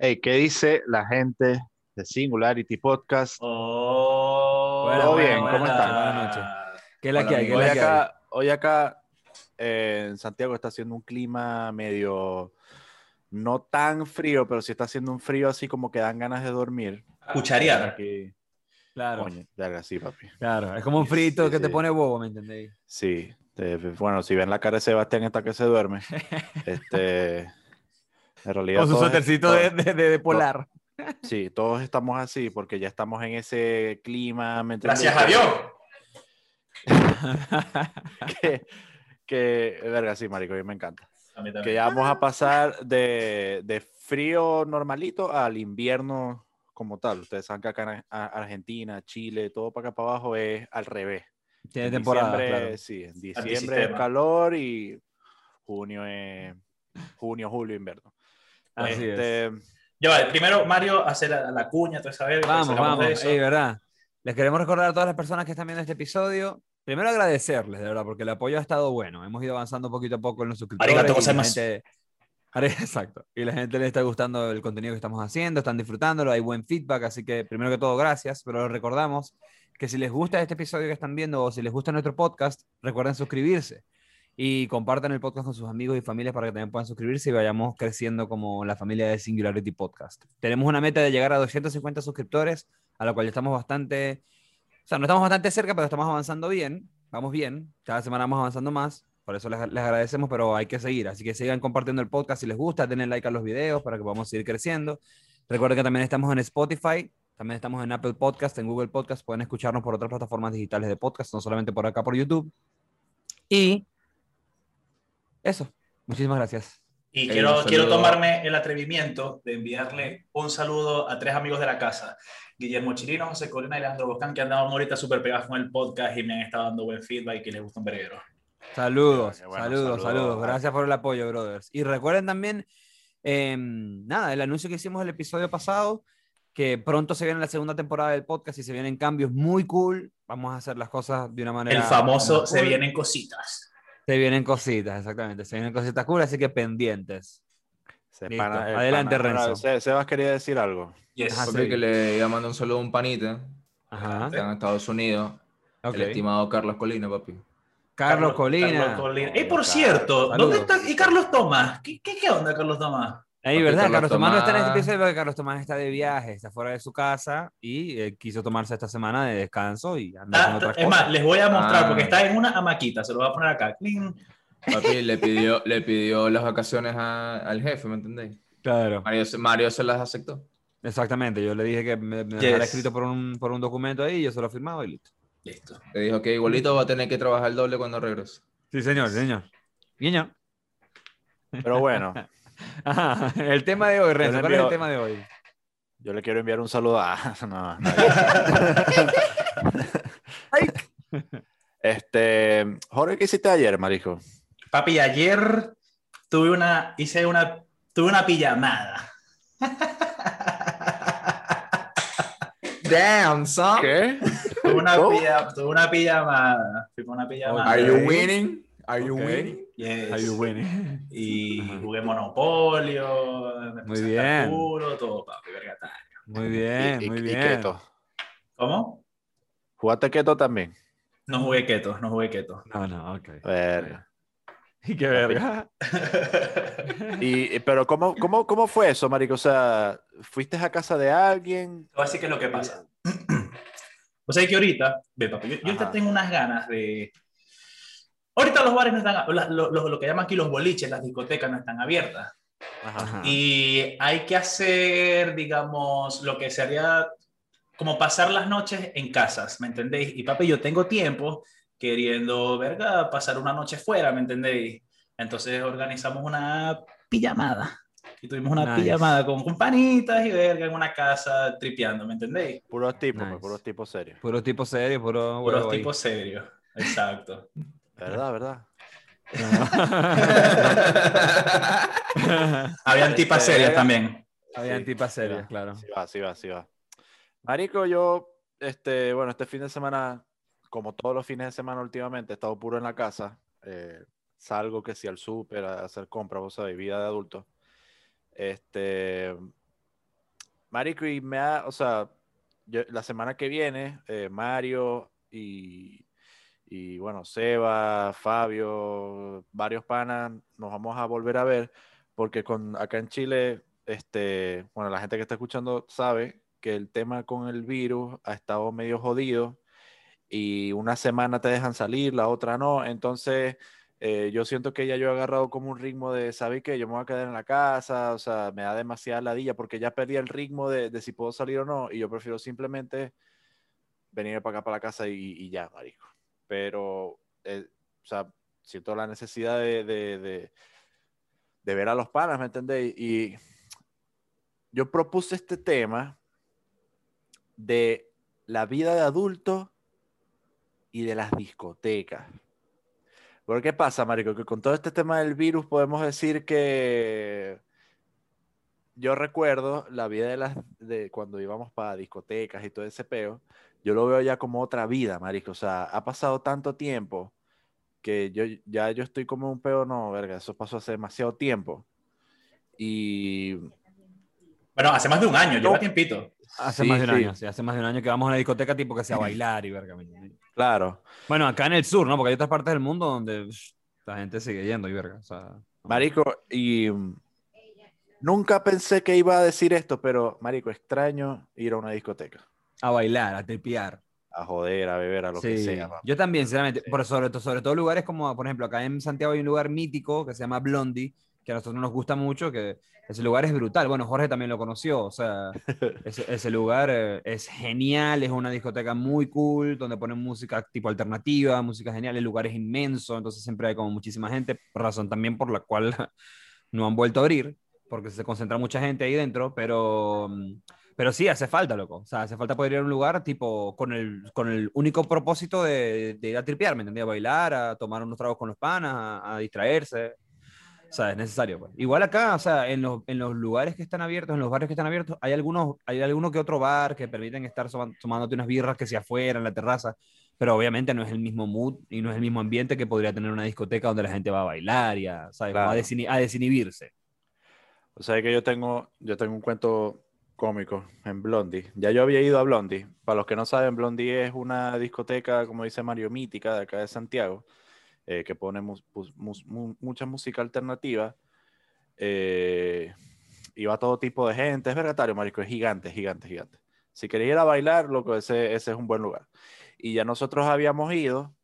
Hey, ¿qué dice la gente de Singularity Podcast? Buenas, ¿Todo buenas, bien? ¿Cómo buenas noches, están? buenas noches. ¿Qué es la Hola que hay? ¿Qué es amigos. Hoy la que hay? acá, hoy acá en Santiago está haciendo un clima medio no tan frío, pero sí está haciendo un frío así como que dan ganas de dormir. Entonces Cucharear. aquí, Claro, coño, verga, sí, papi. claro. Es como un Yes. frito Sí, que te sí, pone bobo, ¿me entendéis? sí. Bueno, si ven la cara de Sebastián está que se duerme. En Con realidad su suétercito de to- polar. sí, todos estamos así porque ya estamos en ese clima, ¿me entendéis? Gracias a Dios. Que, verga, sí, marico, a mí me encanta. A mí Que también. ya vamos a pasar de frío normalito al invierno como tal. Ustedes saben que acá en Argentina, Chile, todo para acá para abajo es al revés. Tiene En temporadas, diciembre, claro. sí, en diciembre es Antisistema. calor y junio es julio, invierno. Así es. Este, Ya va, primero Mario hace la cuña, toda esa verga, para que Vamos, salgamos de vamos. Ey, eso. ¿verdad? Les queremos recordar a todas las personas que están viendo este episodio. Primero agradecerles, de verdad, porque el apoyo ha estado bueno. Hemos ido avanzando poquito a poco en los Arigato suscriptores y la gozaimasu. gente. Exacto. Y la gente le está gustando el contenido que estamos haciendo, están disfrutándolo, hay buen feedback, así que primero que todo, gracias. Pero les recordamos que si les gusta este episodio que están viendo o si les gusta nuestro podcast, recuerden suscribirse y compartan el podcast con sus amigos y familias para que también puedan suscribirse y vayamos creciendo como la familia de Singularity Podcast. Tenemos una meta de llegar a 250 suscriptores, a la cual ya estamos bastante, o sea, no estamos bastante cerca, pero estamos avanzando bien, vamos bien, cada semana vamos avanzando más, por eso les agradecemos, pero hay que seguir, así que sigan compartiendo el podcast si les gusta, denle like a los videos para que podamos seguir creciendo. Recuerden que también estamos en Spotify, también estamos en Apple Podcast, en Google Podcast, pueden escucharnos por otras plataformas digitales de podcast, no solamente por acá por YouTube. Y eso, muchísimas gracias. Y Hey, un quiero saludo. tomarme el atrevimiento de enviarle un saludo a tres amigos de la casa. Guillermo Chirino, José Corina y Alejandro Boscán, que andaban ahorita súper pegados con el podcast y me han estado dando buen feedback y que les gusta un verguero. Saludos, qué bueno, saludos, saludos. saludos. Gracias por el apoyo, brothers. Y recuerden también, nada, el anuncio que hicimos el episodio pasado, que pronto se viene la segunda temporada del podcast y se vienen cambios muy cool. Vamos a hacer las cosas de una El manera más famoso se cool. vienen cositas. Se vienen cositas, exactamente. Se vienen cositas cool, así que pendientes. Listo. Adelante, Renzo. Sebas quería decir algo. Yes. Ajá, Papi, que le iba a mandar un saludo a un panita Ajá. que está en Estados Unidos, Ok. el estimado Carlos Colina, papi. Carlos Carlos Colina. Colina. Y Coño, por Carlos. cierto, ¿dónde Saludos. está? ¿Y Carlos Tomás? ¿Qué onda, Carlos Tomás? Ahí, Papi, ¿verdad? Carlos Carlos Tomás no está en este Tomás. episodio porque Carlos Tomás está de viaje, está fuera de su casa y quiso tomarse esta semana de descanso y anda haciendo otras Es más, cosas. les voy a mostrar porque Ah. está en una hamaquita, se lo voy a poner acá. Cling. Papi, le pidió las vacaciones al jefe, ¿me entendéis? Claro, Mario se las aceptó. exactamente. Yo le dije que me dejara Yes. escrito por un documento ahí y yo se lo firmaba y listo. Listo. Le dijo que igualito va a tener que trabajar el doble cuando regrese. Sí, señor, señor. Guiño. Pero bueno, Ajá, el tema de hoy, Renzo. le ¿Cuál es el envío- tema de hoy? yo le quiero enviar un saludo a... No, no. Jorge, ¿qué hiciste ayer, marico? Papi, ayer tuve una pijamada. Damn, son. ¿Qué? Tuve ¿Cómo? una pijamada. Fui con una pijamada. Are you Ok. winning? Are you Ok. winning? Yes. Are you winning? Y Ajá. jugué Monopolio, me Muy puse a estar bien. puro, todo, papi, vergatario. Muy bien, muy Y bien. keto. ¿Cómo? ¿Jugaste keto también? No jugué keto, no jugué keto. No, ok. Verga. Y qué verga. Pero ¿cómo fue eso, marico? O sea, ¿fuiste a casa de alguien? Así que es lo que pasa. O sea que ahorita, ve papi, yo ahorita Ajá. tengo unas ganas de... Ahorita los bares no están, lo que llaman aquí los boliches, las discotecas no están abiertas. Ajá. Y hay que hacer, digamos, lo que sería como pasar las noches en casas, ¿me entendéis? Y papi, yo tengo tiempo queriendo, verga, pasar una noche fuera, ¿me entendéis? Entonces organizamos una pijamada. Y tuvimos una Nice. pijamada con panitas y verga en una casa tripeando, ¿me entendéis? Puros tipos, Nice. puros tipos serios. Puro tipo serio, puro Puros huevo ahí. tipos serios. Exacto. ¿Verdad? Habían tipas serias verga. también. Habían Sí, tipas sí serias, va, claro. Sí va. Marico, yo, bueno, este fin de semana, como todos los fines de semana últimamente, he estado puro en la casa. Salgo que sí al súper, a hacer compras, vos sabés, vida de adulto. marico, y o sea, la semana que viene, Mario y bueno, Seba, Fabio, varios panas, nos vamos a volver a ver, porque acá en Chile, bueno, la gente que está escuchando sabe que el tema con el virus ha estado medio jodido y una semana te dejan salir, la otra no. Entonces, yo siento que ya yo he agarrado como un ritmo de, ¿sabes qué? Yo me voy a quedar en la casa, o sea, me da demasiada ladilla porque ya perdí el ritmo de si puedo salir o no y yo prefiero simplemente venir para acá, para la casa y ya, marico. Pero, o sea, siento la necesidad de ver a los panas, ¿me entendéis? Y yo propuse este tema de la vida de adulto y de las discotecas. ¿Pero qué pasa, marico? Que con todo este tema del virus podemos decir que yo recuerdo la vida de cuando íbamos para discotecas y todo ese peo, yo lo veo ya como otra vida, marico. O sea, ha pasado tanto tiempo que yo estoy como un peo, no, verga, eso pasó hace demasiado tiempo. Y Bueno, hace más de un año, lleva no, tiempito. Hace más sí, de un sí, año, sí, hace más de un año que vamos a una discoteca tipo que sea a bailar y verga. ¿Me entiendes? claro. Bueno, acá en el sur, ¿no? Porque hay otras partes del mundo donde la gente sigue yendo y verga. O sea, no. Marico, y nunca pensé que iba a decir esto, pero, marico, extraño ir a una discoteca. A bailar, a tripear. A joder, a beber, a lo que sea, Sí, papá. yo también, sinceramente, Sí. pero sobre todo lugares como, por ejemplo, acá en Santiago hay un lugar mítico que se llama Blondie, que a nosotros nos gusta mucho, que ese lugar es brutal. Bueno, Jorge también lo conoció, o sea, ese lugar es genial, es una discoteca muy cool, donde ponen música tipo alternativa, música genial, el lugar es inmenso, entonces siempre hay como muchísima gente, razón también por la cual no han vuelto a abrir, porque se concentra mucha gente ahí dentro, pero sí, hace falta, loco. O sea, hace falta poder ir a un lugar tipo con el único propósito de ir a tripear, ¿me entendía? A bailar, a tomar unos tragos con los panas, a distraerse. O sea, es necesario, pues. Igual acá, o sea, en los lugares que están abiertos, en los barrios que están abiertos, hay alguno que otro bar que permiten estar tomándote unas birras que sea afuera, en la terraza, pero obviamente no es el mismo mood y no es el mismo ambiente que podría tener una discoteca donde la gente va a bailar y a, ¿sabes? Como Claro. a desinhibirse. O sea que yo tengo un cuento cómico en Blondie. Ya yo había ido a Blondie. Para los que no saben, Blondie es una discoteca, como dice Mario, mítica de acá de Santiago, que pone mucha música alternativa. Y va todo tipo de gente. Es vergatario, marico, es gigante, gigante, gigante. Si queréis ir a bailar, loco, ese es un buen lugar. Y ya nosotros habíamos ido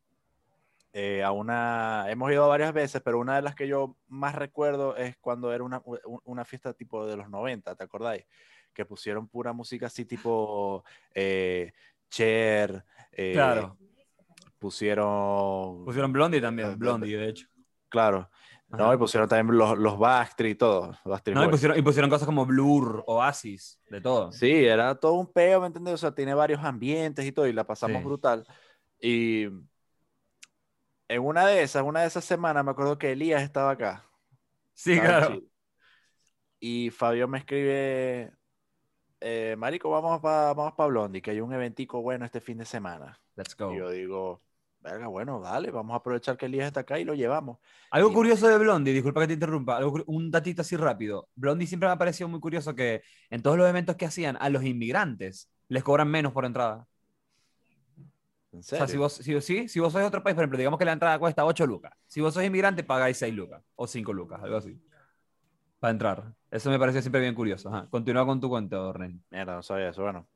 hemos ido varias veces, pero una de las que yo más recuerdo es cuando era una fiesta tipo de los 90, ¿te acordáis? Que pusieron pura música así tipo Cher, Claro. pusieron, Pusieron Blondie también, Blondie, de hecho. claro, no, Ajá. y pusieron también los Backstreet y todo, Backstreet No, Boys. y pusieron cosas como Blur, Oasis, de todo. Sí, era todo un peo, ¿me entiendes? O sea, tiene varios ambientes y todo, y la pasamos Sí. brutal. Y en una de esas semanas, me acuerdo que Elías estaba acá, Sí, estaba en claro. Chile. Y Fabio me escribe, marico, vamos pa Blondie, que hay un eventico bueno este fin de semana. Let's Y go. yo digo, verga, bueno, dale, vamos a aprovechar que Elías está acá y lo llevamos. Algo Y curioso de Blondie, disculpa que te interrumpa, un datito así rápido. Blondie siempre me ha parecido muy curioso que en todos los eventos que hacían a los inmigrantes les cobran menos por entrada. ¿en O sea, serio? si vos sois de otro país, por ejemplo, digamos que la entrada cuesta 8 lucas. Si vos sos inmigrante, pagáis 6 lucas o 5 lucas, algo así, para entrar. Eso me pareció siempre bien curioso. Ajá. Continúa con tu cuento, Ren. Mierda, no sabía eso. Bueno,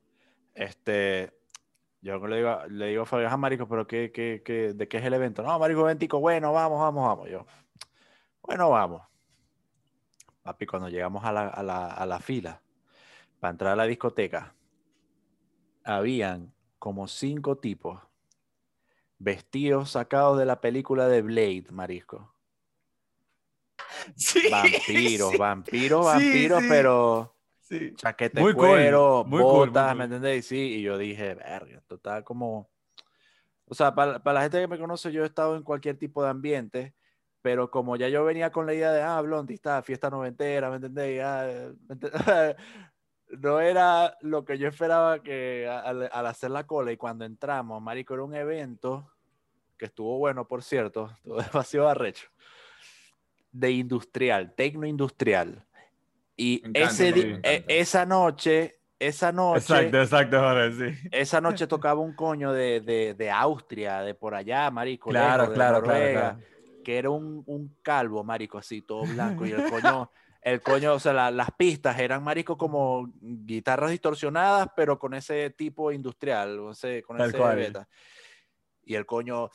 yo le digo a Fabio, ah, marico, pero ¿de qué es el evento? No, marico, eventico, bueno, vamos. Yo, bueno, vamos. Papi, cuando llegamos a la fila para entrar a la discoteca, habían como 5 tipos vestidos sacados de la película de Blade, marisco. Sí, Vampiros, sí, vampiros, sí, vampiros, sí, pero sí. chaqueta de Muy cool, cuero, muy cool, muy botas, ¿me cool. entendés? Sí, y yo dije, verga, esto está como... O sea, para la gente que me conoce, yo he estado en cualquier tipo de ambiente, pero como ya yo venía con la idea de, Blondie está, fiesta noventera, ¿me entendés? No era lo que yo esperaba que al hacer la cola y cuando entramos, marico, era un evento que estuvo bueno, por cierto, estuvo demasiado arrecho, de industrial, tecno industrial. Y Me encanta, papi. esa noche esa noche, Exacto, Jorge, sí. esa noche tocaba un coño de Austria, de por allá, marico, Claro, lejos, de claro, Noruega, claro. que era un calvo, marico, así, todo blanco, y el coño, o sea, las pistas eran, marico, como guitarras distorsionadas, pero con ese tipo industrial, con Tal ese cual. beta. Y el coño,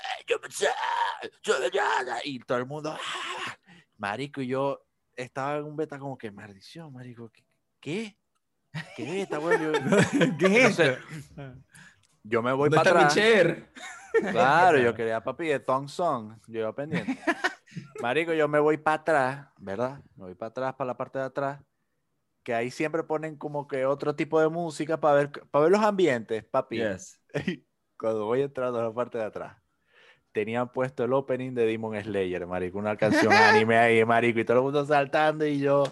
y todo el mundo, marico, y yo estaba en un beta como que, maldición, marico, ¿qué? ¿Qué beta, güey? ¿Qué es Entonces, esto? yo me voy ¿Dónde para está mi atrás. chair? Claro, yo quería papi de Thong Song, yo iba pendiente. Marico, yo me voy para atrás, ¿verdad? Me voy para atrás, para la parte de atrás, que ahí siempre ponen como que otro tipo de música para ver los ambientes, papi. Yes. Cuando voy entrando a la parte de atrás, tenían puesto el opening de Demon Slayer, marico, una canción anime ahí, marico, y todo el mundo saltando y yo...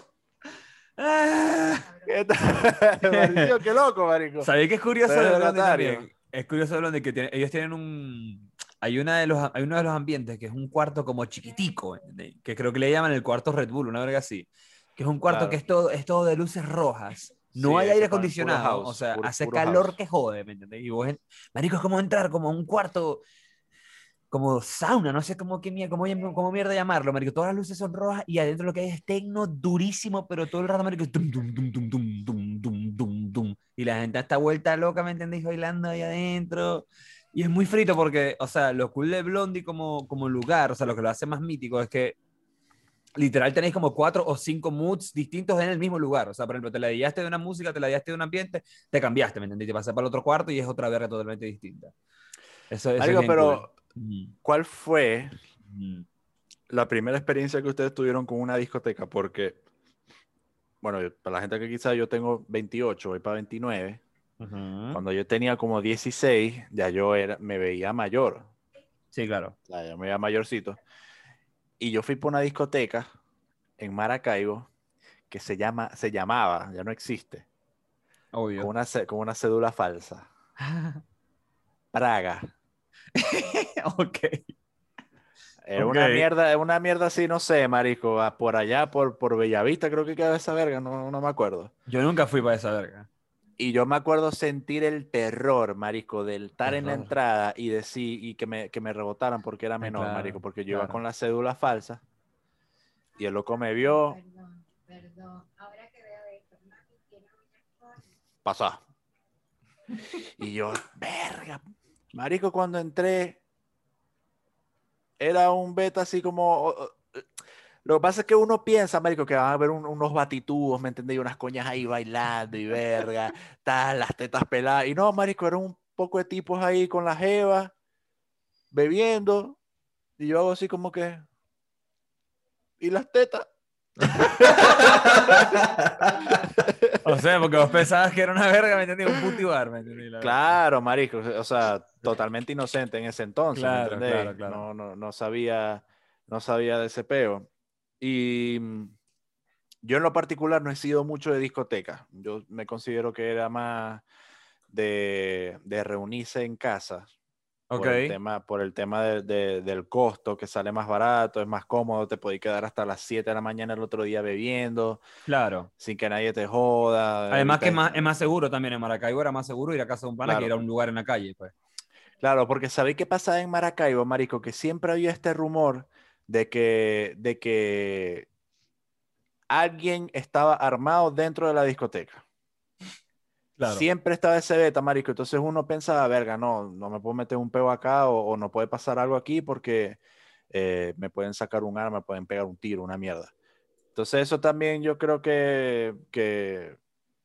¿Qué tal? Marico, qué loco, marico. ¿Sabéis qué es curioso Soy de Blondie retardatario. también? Es curioso de Blondie que ellos tienen un... hay uno de los ambientes que es un cuarto como chiquitico, ¿entendéis? Que creo que le llaman el cuarto Red Bull, una verga así. Que es un cuarto que Claro. es todo de luces rojas. Sí, No hay aire ese pan, puro acondicionado, o house, sea, puro, hace puro calor house. que jode, ¿me entendéis? Y marico, es como entrar como a un cuarto como sauna, no sé cómo mierda llamarlo, marico. Todas las luces son rojas y adentro lo que hay es tecno durísimo, pero todo el rato, marico, tum, tum, tum, tum, tum, tum, tum, tum, tum. Y la gente está vuelta loca, ¿me entendéis? Bailando ahí adentro. Y es muy frito porque, o sea, lo cool de Blondie como lugar, o sea, lo que lo hace más mítico es que literal tenéis como 4 o 5 moods distintos en el mismo lugar. O sea, por ejemplo, te la dillaste de una música, te la dillaste de un ambiente, te cambiaste, ¿me entendéis? Te pasas para el otro cuarto y es otra verga totalmente distinta. Eso es Marico, bien cool. pero ¿cuál fue Mm. la primera experiencia que ustedes tuvieron con una discoteca? Porque, bueno, para la gente que quizás yo tengo 28, voy para 29. Ujú. Cuando yo tenía como 16, ya me veía mayor. Sí, claro. O sea, ya me veía mayorcito. Y yo fui por una discoteca en Maracaibo que se llamaba, ya no existe, con Obvio. una cédula falsa. Praga. Ok, Era ok. una mierda así, no sé, marico, por allá, por Bellavista, creo que queda esa verga, no me acuerdo. Yo nunca fui para esa verga. Y yo me acuerdo sentir el terror, marico, del estar en la Terror. entrada y decir, y que me rebotaran porque era menor, marico, Claro, porque yo iba claro. con la cédula falsa y el loco me vio, Perdón. Ahora que veo esto, mami tiene una cosa. pasá. Y yo, verga, marico, cuando entré, era un beta así como... Lo que pasa es que uno piensa, marico, que van a ver unos batitubos, ¿me entendés? Y unas coñas ahí bailando y verga, tal, las tetas peladas. Y no, marico, eran un poco de tipos ahí con la jeva, bebiendo, y yo hago así como que... ¿Y las tetas? O sea, porque vos pensabas que era una verga, ¿me entendí? Un puti bar, ¿me entendí? La verga. Claro, marico, o sea, totalmente inocente en ese entonces, ¿me Claro, entendés? claro, claro. No sabía de ese peo. Y yo en lo particular no he sido mucho de discoteca. Yo me considero que era más de reunirse en casa Ok, por el tema del costo, que sale más barato, es más cómodo, te podés quedar hasta las 7 de la mañana el otro día bebiendo, claro. sin que nadie te joda. Además que Evitas, es más seguro también en Maracaibo, era más seguro ir a casa de un pana que ir claro, a un lugar en la calle, pues. claro, porque ¿sabéis qué pasaba en Maracaibo, marico? Que siempre había este rumor de que alguien estaba armado dentro de la discoteca. Claro. Siempre estaba ese beta, marico. Entonces uno pensaba, verga, no me puedo meter un peo acá o no puede pasar algo aquí porque me pueden sacar un arma, me pueden pegar un tiro, una mierda. Entonces eso también yo creo que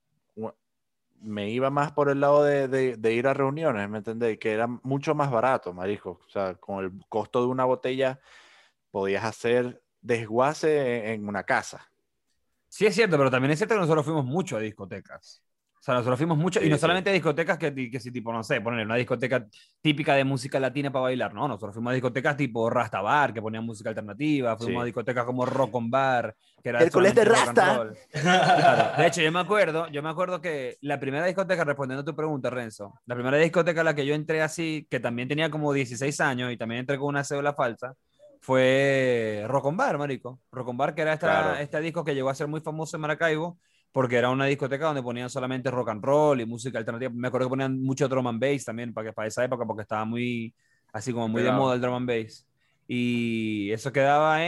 me iba más por el lado de ir a reuniones, ¿me entendés? Que era mucho más barato, marico. O sea, con el costo de una botella podías hacer desguace en una casa. Sí es cierto, pero también es cierto que nosotros fuimos mucho a discotecas. O sea, nosotros fuimos mucho, y no Sí, sí. solamente a discotecas que si tipo, no sé, poner una discoteca típica de música latina para bailar, no, nosotros fuimos a discotecas tipo Rasta Bar, que ponían música alternativa, fuimos a Sí. discotecas como Rock on Bar, que era Hércules de solamente rock and Rasta. roll. Claro, de hecho yo me acuerdo que la primera discoteca, respondiendo a tu pregunta, Renzo, la primera discoteca a la que yo entré así, que también tenía como 16 años y también entré con una cédula falsa, fue Rock on Bar, marico. Rock on Bar, que era Claro. este disco que llegó a ser muy famoso en Maracaibo, porque era una discoteca donde ponían solamente rock and roll y música alternativa. Me acuerdo que ponían mucho drum and bass también para esa época, porque estaba muy, así como muy de Pegado. moda el drum and bass. Y eso quedaba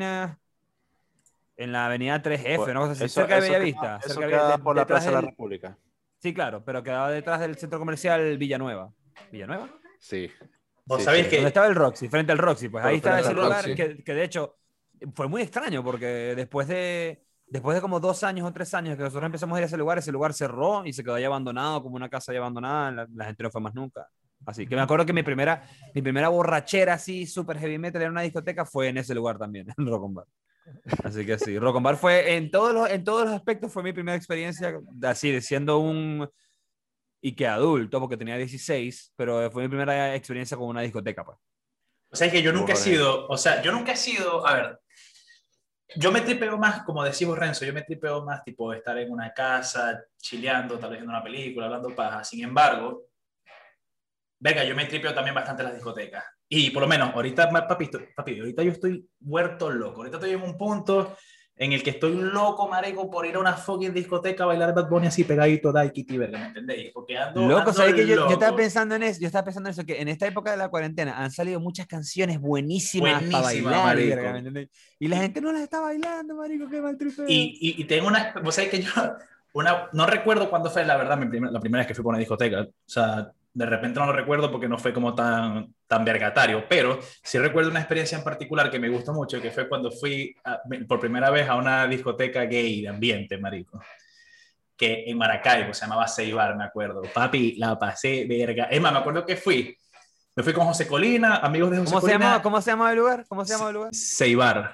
en la avenida 3F, una cosa así, cerca de Bellavista. Eso cerca queda por la detrás Plaza de la del, República. sí, claro, pero quedaba detrás del centro comercial Villanueva. ¿Villanueva? Sí. Vos Sí, sabéis sí. que Donde estaba el Roxy, frente al Roxy. Pues ahí Pero estaba frente ese al lugar Roxy. que de hecho fue muy extraño porque después de como 2 años o 3 años que nosotros empezamos a ir a ese lugar cerró y se quedó ahí abandonado, como una casa ahí abandonada. La gente no fue más nunca. Así que me acuerdo que mi primera borrachera así, super heavy metal en una discoteca fue en ese lugar también, en Rock and Bar. Así que sí, Rock and Bar fue en todos los aspectos fue mi primera experiencia así, de siendo un y que adulto, porque tenía 16, pero fue mi primera experiencia con una discoteca, pues. o sea, es que yo nunca he Jorge. sido, o sea, yo nunca he sido, a ver, yo me tripeo más, como decimos Renzo, yo me tripeo más tipo estar en una casa, chileando, tal vez viendo una película, hablando paja. Sin embargo, venga, yo me tripeo también bastante en las discotecas. Y por lo menos, ahorita, papi, ahorita yo estoy huerto loco. Ahorita estoy en un punto en el que estoy loco, marico, por ir a una fucking discoteca a bailar Bad Bunny así pegadito, da Kitty Verga, ¿me entendéis? Porque Loco, ando ¿sabes qué? Yo estaba loco. pensando en eso, que en esta época de la cuarentena han salido muchas canciones buenísimas para Buenísima, bailar, y, verga, ¿me marico. entendéis? Y la gente no las está bailando, marico, qué mal tripeo. Y tengo una, vos sabés que yo, no recuerdo cuándo fue la verdad la primera vez que fui por una discoteca, o sea, de repente no lo recuerdo porque no fue como tan vergatario, pero sí recuerdo una experiencia en particular que me gustó mucho, que fue cuando fui por primera vez a una discoteca gay de ambiente, marico, que en Maracaibo se llamaba Seibar, me acuerdo. Papi, la pasé verga. Es más, me acuerdo que me fui con José Colina, amigos de José ¿Cómo se llamaba? Colina. ¿Cómo se llamaba el lugar? ¿Cómo se llamaba el lugar? Seibar.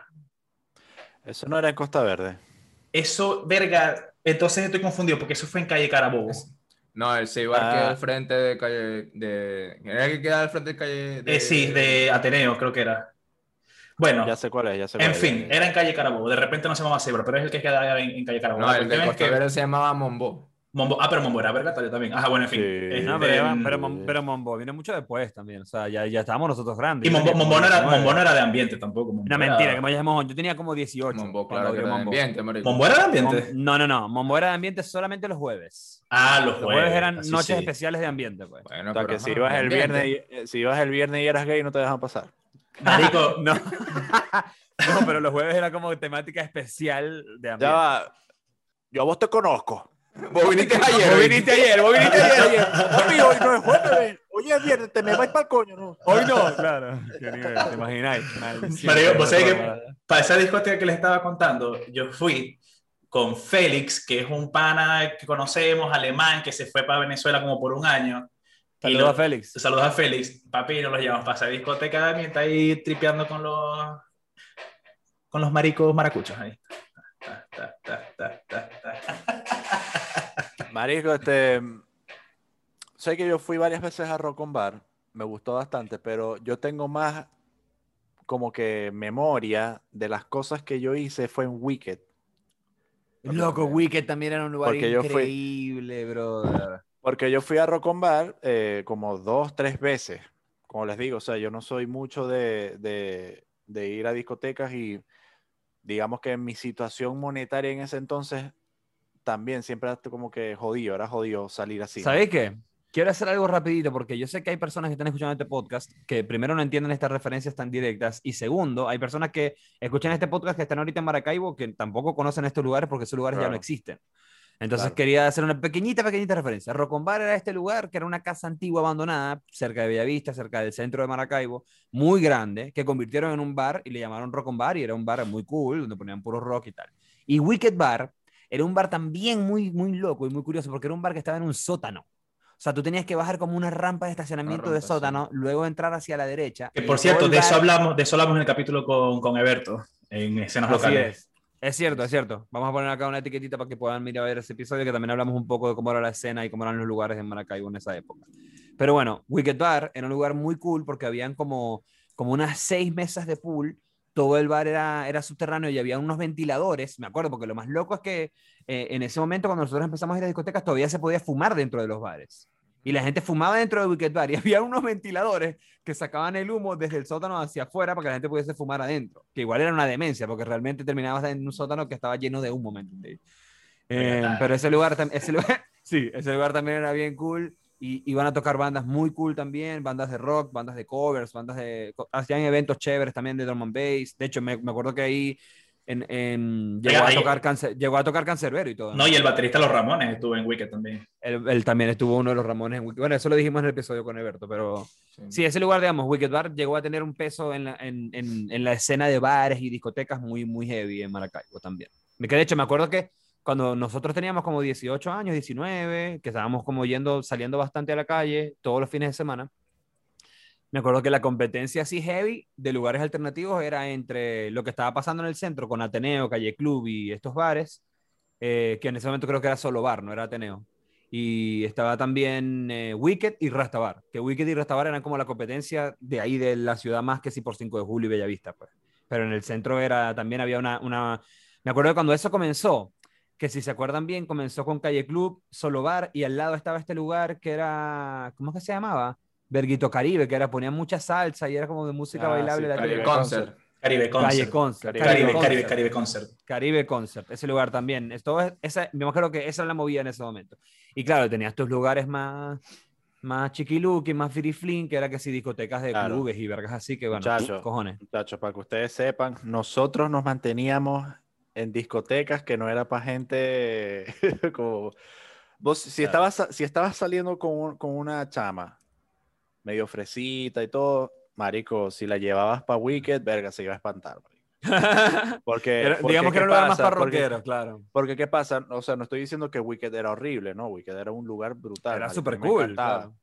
Eso no era en Costa Verde. Eso, verga, entonces estoy confundido porque eso fue en calle Carabobo. No, el Seibar queda Ah. al frente de calle. Era el que queda al frente de calle. Sí, de Ateneo, creo que era. Bueno, Ya sé cuál es, ya sé cuál en es. fin, ya, ya. era en calle Carabobo. De repente no se llamaba Cebra, pero es el que queda en calle Carabobo. No, La el de cuestión es Costa que Verde se llamaba Mombo. Pero Mombo era vergatario también. Ajá, bueno, en fin. Sí. No, pero Mombo vino mucho después también. O sea, ya estábamos nosotros grandes. Y Yo tenía como Mombo 19. no era de ambiente tampoco. Mombo No, mentira, que era, me llamamos. Yo tenía como 18 Mombo, cuando claro que abrió era de Mombo. ambiente, marico. Mombo era de ambiente. No. Mombo era de ambiente solamente los jueves. Ah, los Los jueves eran así noches sí. especiales de ambiente, pues. Bueno, O sea, pero que si ajá, ibas de el ambiente. viernes, si ibas el viernes y eras gay, no te dejan pasar. Marico, No. No, pero los jueves era como temática especial de ambiente. Ya va. Yo a vos te conozco. Vos viniste ayer. Vos ¿oíste? viniste ayer, vos viniste ayer. Papi, hoy no es jueves. Hoy es viernes, te me vais para el coño, ¿no? Hoy no, claro. Qué nivel, ¿te imagináis? Maldición. Marico, vos sabés que Para- para esa discoteca que les estaba contando, yo fui con Félix, que es un pana que conocemos, alemán, que se fue para Venezuela como por un año. Saludos a Félix. Saludos a Félix. Papi, nos los llevamos para esa discoteca mientras ahí tripeando con los maricos maracuchos ahí. Marico, sé que yo fui varias veces a Rock on Bar, me gustó bastante, pero yo tengo más como que memoria de las cosas que yo hice fue en Wicked. Loco, Wicked también era un lugar Porque yo fui- increíble, brother. Porque yo fui a Rock on Bar como 2, 3 veces, como les digo, o sea, yo no soy mucho de ir a discotecas y digamos que mi situación monetaria en ese entonces también siempre era como que era jodido salir así. ¿no? ¿Sabéis qué? Quiero hacer algo rapidito porque yo sé que hay personas que están escuchando este podcast que primero no entienden estas referencias tan directas y segundo, hay personas que escuchan este podcast que están ahorita en Maracaibo que tampoco conocen estos lugares porque esos lugares ya no Claro. existen. Entonces Claro. quería hacer una pequeñita referencia. Rock on Bar era este lugar que era una casa antigua abandonada cerca de Bellavista, cerca del centro de Maracaibo, muy grande, que convirtieron en un bar y le llamaron Rock on Bar y era un bar muy cool donde ponían puro rock y tal. Y Wicked Bar era un bar también muy, muy loco y muy curioso porque era un bar que estaba en un sótano. O sea, tú tenías que bajar como una rampa de estacionamiento de rampa, sótano, luego entrar hacia la derecha. Que y por todo cierto, el de eso bar- hablamos en el capítulo con Eberto, en escenas Así locales. es. Es cierto, es cierto. Vamos a poner acá una etiquetita para que puedan mirar a ver ese episodio, que también hablamos un poco de cómo era la escena y cómo eran los lugares en Maracaibo en esa época. Pero bueno, Wicked Bar era un lugar muy cool porque habían como unas 6 mesas de pool. Todo el bar era subterráneo y había unos ventiladores. Me acuerdo, porque lo más loco es que en ese momento, cuando nosotros empezamos a ir a discotecas, todavía se podía fumar dentro de los bares. Y la gente fumaba dentro de Wicked Bar y había unos ventiladores que sacaban el humo desde el sótano hacia afuera para que la gente pudiese fumar adentro. Que igual era una demencia, porque realmente terminabas en un sótano que estaba lleno de humo, ¿me entendéis? Pero ese lugar, sí, ese lugar también era bien cool. Y iban a tocar bandas muy cool también, bandas de rock, bandas de covers, hacían eventos chéveres también de drum and bass. De hecho, me acuerdo que ahí llegó a tocar Canserbero y todo, No, y el baterista de Los Ramones estuvo en Wicked también. él también estuvo uno de los Ramones en Wicked. Bueno, eso lo dijimos en el episodio con Eberto, pero sí, ese lugar, digamos, Wicked Bar llegó a tener un peso en la escena de bares y discotecas muy, muy heavy en Maracaibo también. Que de hecho, me acuerdo que cuando nosotros teníamos como 18 años, 19, que estábamos como saliendo bastante a la calle todos los fines de semana, me acuerdo que la competencia así heavy de lugares alternativos era entre lo que estaba pasando en el centro con Ateneo, Calle Club y estos bares, que en ese momento creo que era solo bar, no era Ateneo. Y estaba también Wicked y Rastabar, que Wicked y Rastabar eran como la competencia de ahí de la ciudad más que si por 5 de Julio y Bellavista, pues. Pero en el centro también había Me acuerdo que cuando eso comenzó, que si se acuerdan bien, comenzó con Calle Club, Solo Bar, y al lado estaba este lugar que era, ¿cómo es que se llamaba? Berguito Caribe, que ponían mucha salsa y era como de música bailable. Sí, Caribe Concert. Caribe Calle Concert. Concert. Caribe Concert. Caribe Concert, ese lugar también. Yo creo que esa era la movida en ese momento. Y claro, tenías tus lugares más chiquiluki, más firiflin, que era que sí, discotecas de Claro. clubes y vergas así, que bueno, cojones. Muchachos, para que ustedes sepan, nosotros nos manteníamos en discotecas que no era para gente como... Vos, si estabas saliendo con una chama medio fresita y todo, marico, si la llevabas para Wicked, verga, se iba a espantar, marico. Digamos que era un lugar más parroquero, porque, claro. porque, ¿qué pasa? O sea, no estoy diciendo que Wicked era horrible, ¿no? Wicked era un lugar brutal. Era marico, súper me cool, encantaba. claro.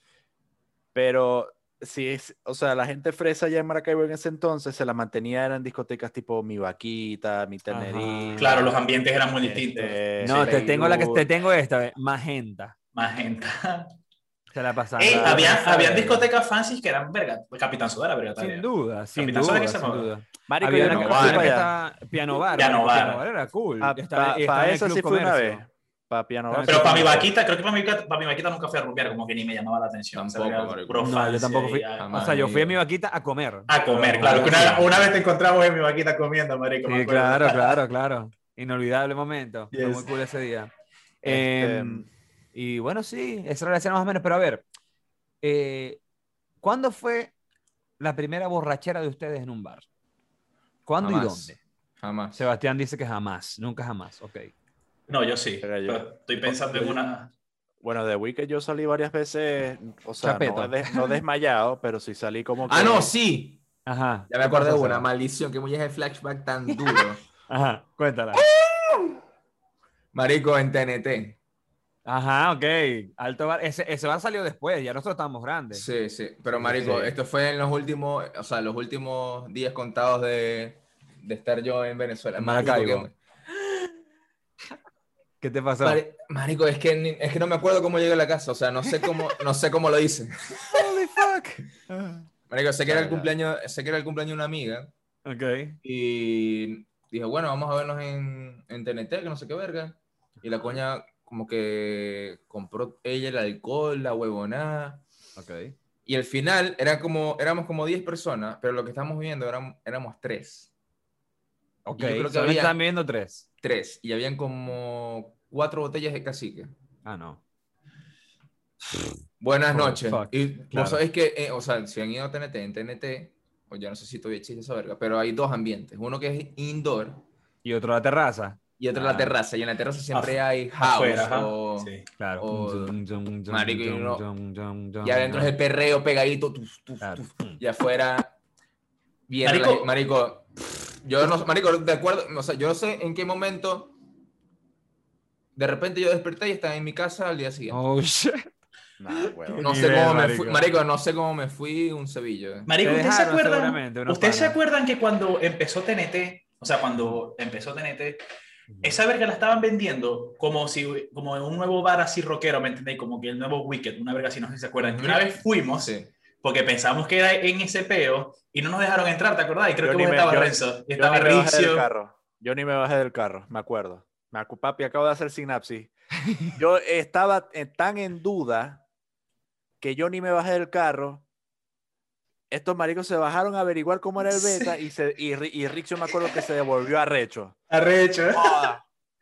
Pero o sea, la gente fresa allá en Maracaibo en ese entonces se la mantenía en discotecas tipo Mi Vaquita, Mi Ternerita. Claro, los ambientes eran muy distintos. No, Sí. te tengo esta, Magenta. Magenta. Se la pasaban. Habían discotecas fancy que eran verga. Capitán Soda era verga todavía. Sin duda, sin Capitán Soda, ¿qué se duda, sin llamaba? duda. Marico, Había yo una nunca fui que para allá. está Piano Bar. Piano Bar. Piano Bar era cool. Para esa el sí Club fui una Comercio. vez. Para Piano Bar. Pero para mi vaquita, creo que para mi vaquita nunca fui a rumbear, como que ni me llamaba la atención. Tampoco, Era marico. puro No, yo fancy tampoco fui. jamás. O sea, yo fui a mi vaquita a comer. a comer, claro. Que una vez te encontramos en mi vaquita comiendo, marico. me Sí, acuerdo. claro. Inolvidable momento. Fue Yes. muy cool ese día. Este, Y bueno, sí, esa era la escena más o menos. Pero a ver, ¿cuándo fue la primera borrachera de ustedes en un bar? ¿Cuándo y Jamás. dónde? Jamás. Sebastián dice que jamás, nunca jamás. Ok. No, yo sí. Pero Pero estoy pensando en una. Bueno, de Wicked yo salí varias veces, o sea, Chapeto. no desmayado, pero sí salí como que... Ah, no, sí. Ajá. Ya me ¿Qué acordé de pasó, una Seba? maldición que muy es el flashback tan duro. Ajá, cuéntala. Marico, en TNT. Ajá, ok. Alto bar. Ese bar salió después, ya nosotros estábamos grandes. Sí, sí. Pero, Sí, marico, sí. esto fue en los últimos, o sea, los últimos días contados de estar yo en Venezuela. En Marico, Maracaibo. ¿Qué te pasó? Marico, es que no me acuerdo cómo llegué a la casa. O sea, no sé cómo lo hice. Holy fuck. Marico, sé que era el Ya. cumpleaños de una amiga. Ok. Y dije, bueno, vamos a vernos en TNT, que no sé qué verga. Y la coña como que compró ella el alcohol, la huevonada. Ok. Y al final éramos como 10 personas, pero lo que estábamos viendo éramos 3. Ok. Y yo creo que Solamente había están viendo 3. 3. Y habían como 4 botellas de cacique. Ah, no. Buenas Oh, noches. fuck. Y Claro. vos sabés que, o sea, si han ido a TNT, en TNT, o ya no sé si todavía existe esa verga, pero hay 2 ambientes. Uno que es indoor Y otro la terraza. y otro la terraza. Y en la terraza siempre hay house Afuera, ajá. o... Sí. Claro. O- Marico, y adentro es el perreo pegadito, Claro. y afuera viene Marico. Marico, yo no, marico, de acuerdo, o sea, yo no sé en qué momento de repente yo desperté y estaba en mi casa al día siguiente. Oh, shit. Nah, huevón. No Qué sé nivel, cómo me marico. fui, marico, no sé cómo me fui un cebillo. Marico, Te ¿ustedes se dejaron acuerdan? seguramente, unos ¿Ustedes se panas. acuerdan que cuando empezó TNT, o sea, cuando empezó TNT, esa verga la estaban vendiendo como en un nuevo bar así rockero, ¿me entendéis? Como que el nuevo Wicked, una verga así, no sé si se acuerdan. Que una vez fuimos, Sí. porque pensábamos que era en ese peo, y no nos dejaron entrar, ¿te acordás? Y creo Yo que ni vos me- estabas, yo- Renzo, y Yo estaba ni me bajé del Rixio. carro. Yo ni me bajé del carro, me acuerdo. Papi, acabo de hacer sinapsis. Yo estaba tan en duda que yo ni me bajé del carro. Estos maricos se bajaron a averiguar cómo era el beta y Rixio me acuerdo que se devolvió arrecho. Arrecho. Joda,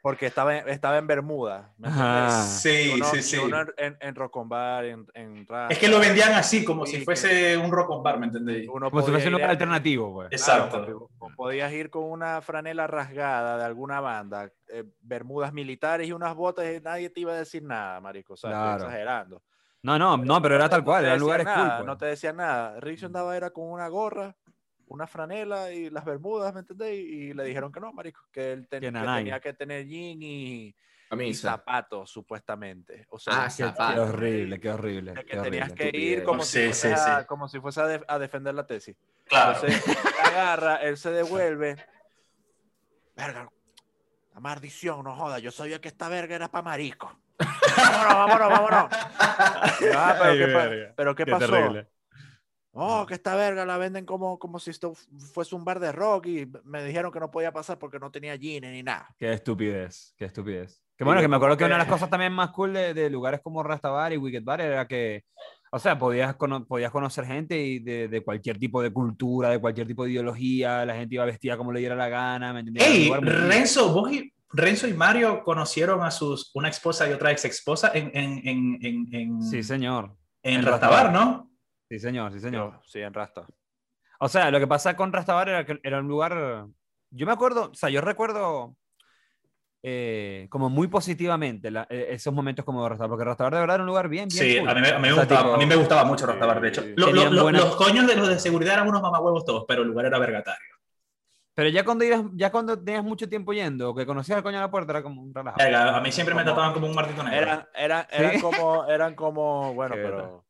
porque estaba en Bermuda. ¿Me Ajá. entiendes? Sí, Y sí. uno en Rocombar, en Es que lo vendían así, como Sí, si que fuese un rock and bar, ¿me entendéis? uno Como si podía fuese un ir lugar alternativo, pues. Claro, papi, Exacto. vos podías ir con una franela rasgada de alguna banda, bermudas militares y unas botas y nadie te iba a decir nada, marico. O sea, estoy Claro. exagerando. No, pero era tal No cual, te eran decían lugares cool, nada, pues. no te decían nada. Rick andaba era con una gorra, una franela y las bermudas, ¿me entendés? Y le dijeron que no, marico, que él Que que nanay. tenía que tener jean y Camisa. zapatos, supuestamente. O sea, Ah, de que Qué zapato. horrible, qué horrible, de que qué tenías horrible. que ir Estupidez. como si Sí, fueses sí, sí. como si fuese a defender la tesis. Claro. Entonces, él agarra, él se devuelve. Verga, la maldición, no joda. Yo sabía que esta verga era para marico. Vámonos. Y yo, Ay, verga. pero ¿qué Qué pasó? terrible. Oh, que esta verga la venden como si esto fuese un bar de rock y me dijeron que no podía pasar porque no tenía jeans ni nada. Qué estupidez, qué estupidez. Que Y bueno, yo que me como acuerdo que una de las que- cosas también más cool de lugares como Rastabar y Wicked Bar era que, o sea, podías conocer gente y de cualquier tipo de cultura, de cualquier tipo de ideología, la gente iba vestida como le diera la gana, ¿me entendías? Era un Hey, lugar muy libre. Renzo y Mario conocieron a una esposa y otra ex esposa Sí, señor. en En Rastabar, Rastabar. ¿no? Sí, señor, sí, señor. Yo, sí, en Rasta. O sea, lo que pasa con Rastabar era que era un lugar, yo me acuerdo, o sea, yo recuerdo como muy positivamente esos momentos como de Rastabar, porque Rastabar de verdad era un lugar bien Sí, cool. a mí me O sea, gustaba, a mí me tipo, gustaba mucho Rastabar, de hecho. tenían buena... Los coños de los de seguridad eran unos mamahuevos todos, pero el lugar era vergatario. Pero ya cuando tenías mucho tiempo yendo, que conocías el coño de la puerta, era como un relajado. Verga, a mí siempre me Como- trataban como un martito negro. ¿Sí? Eran como, bueno, Qué beta. pero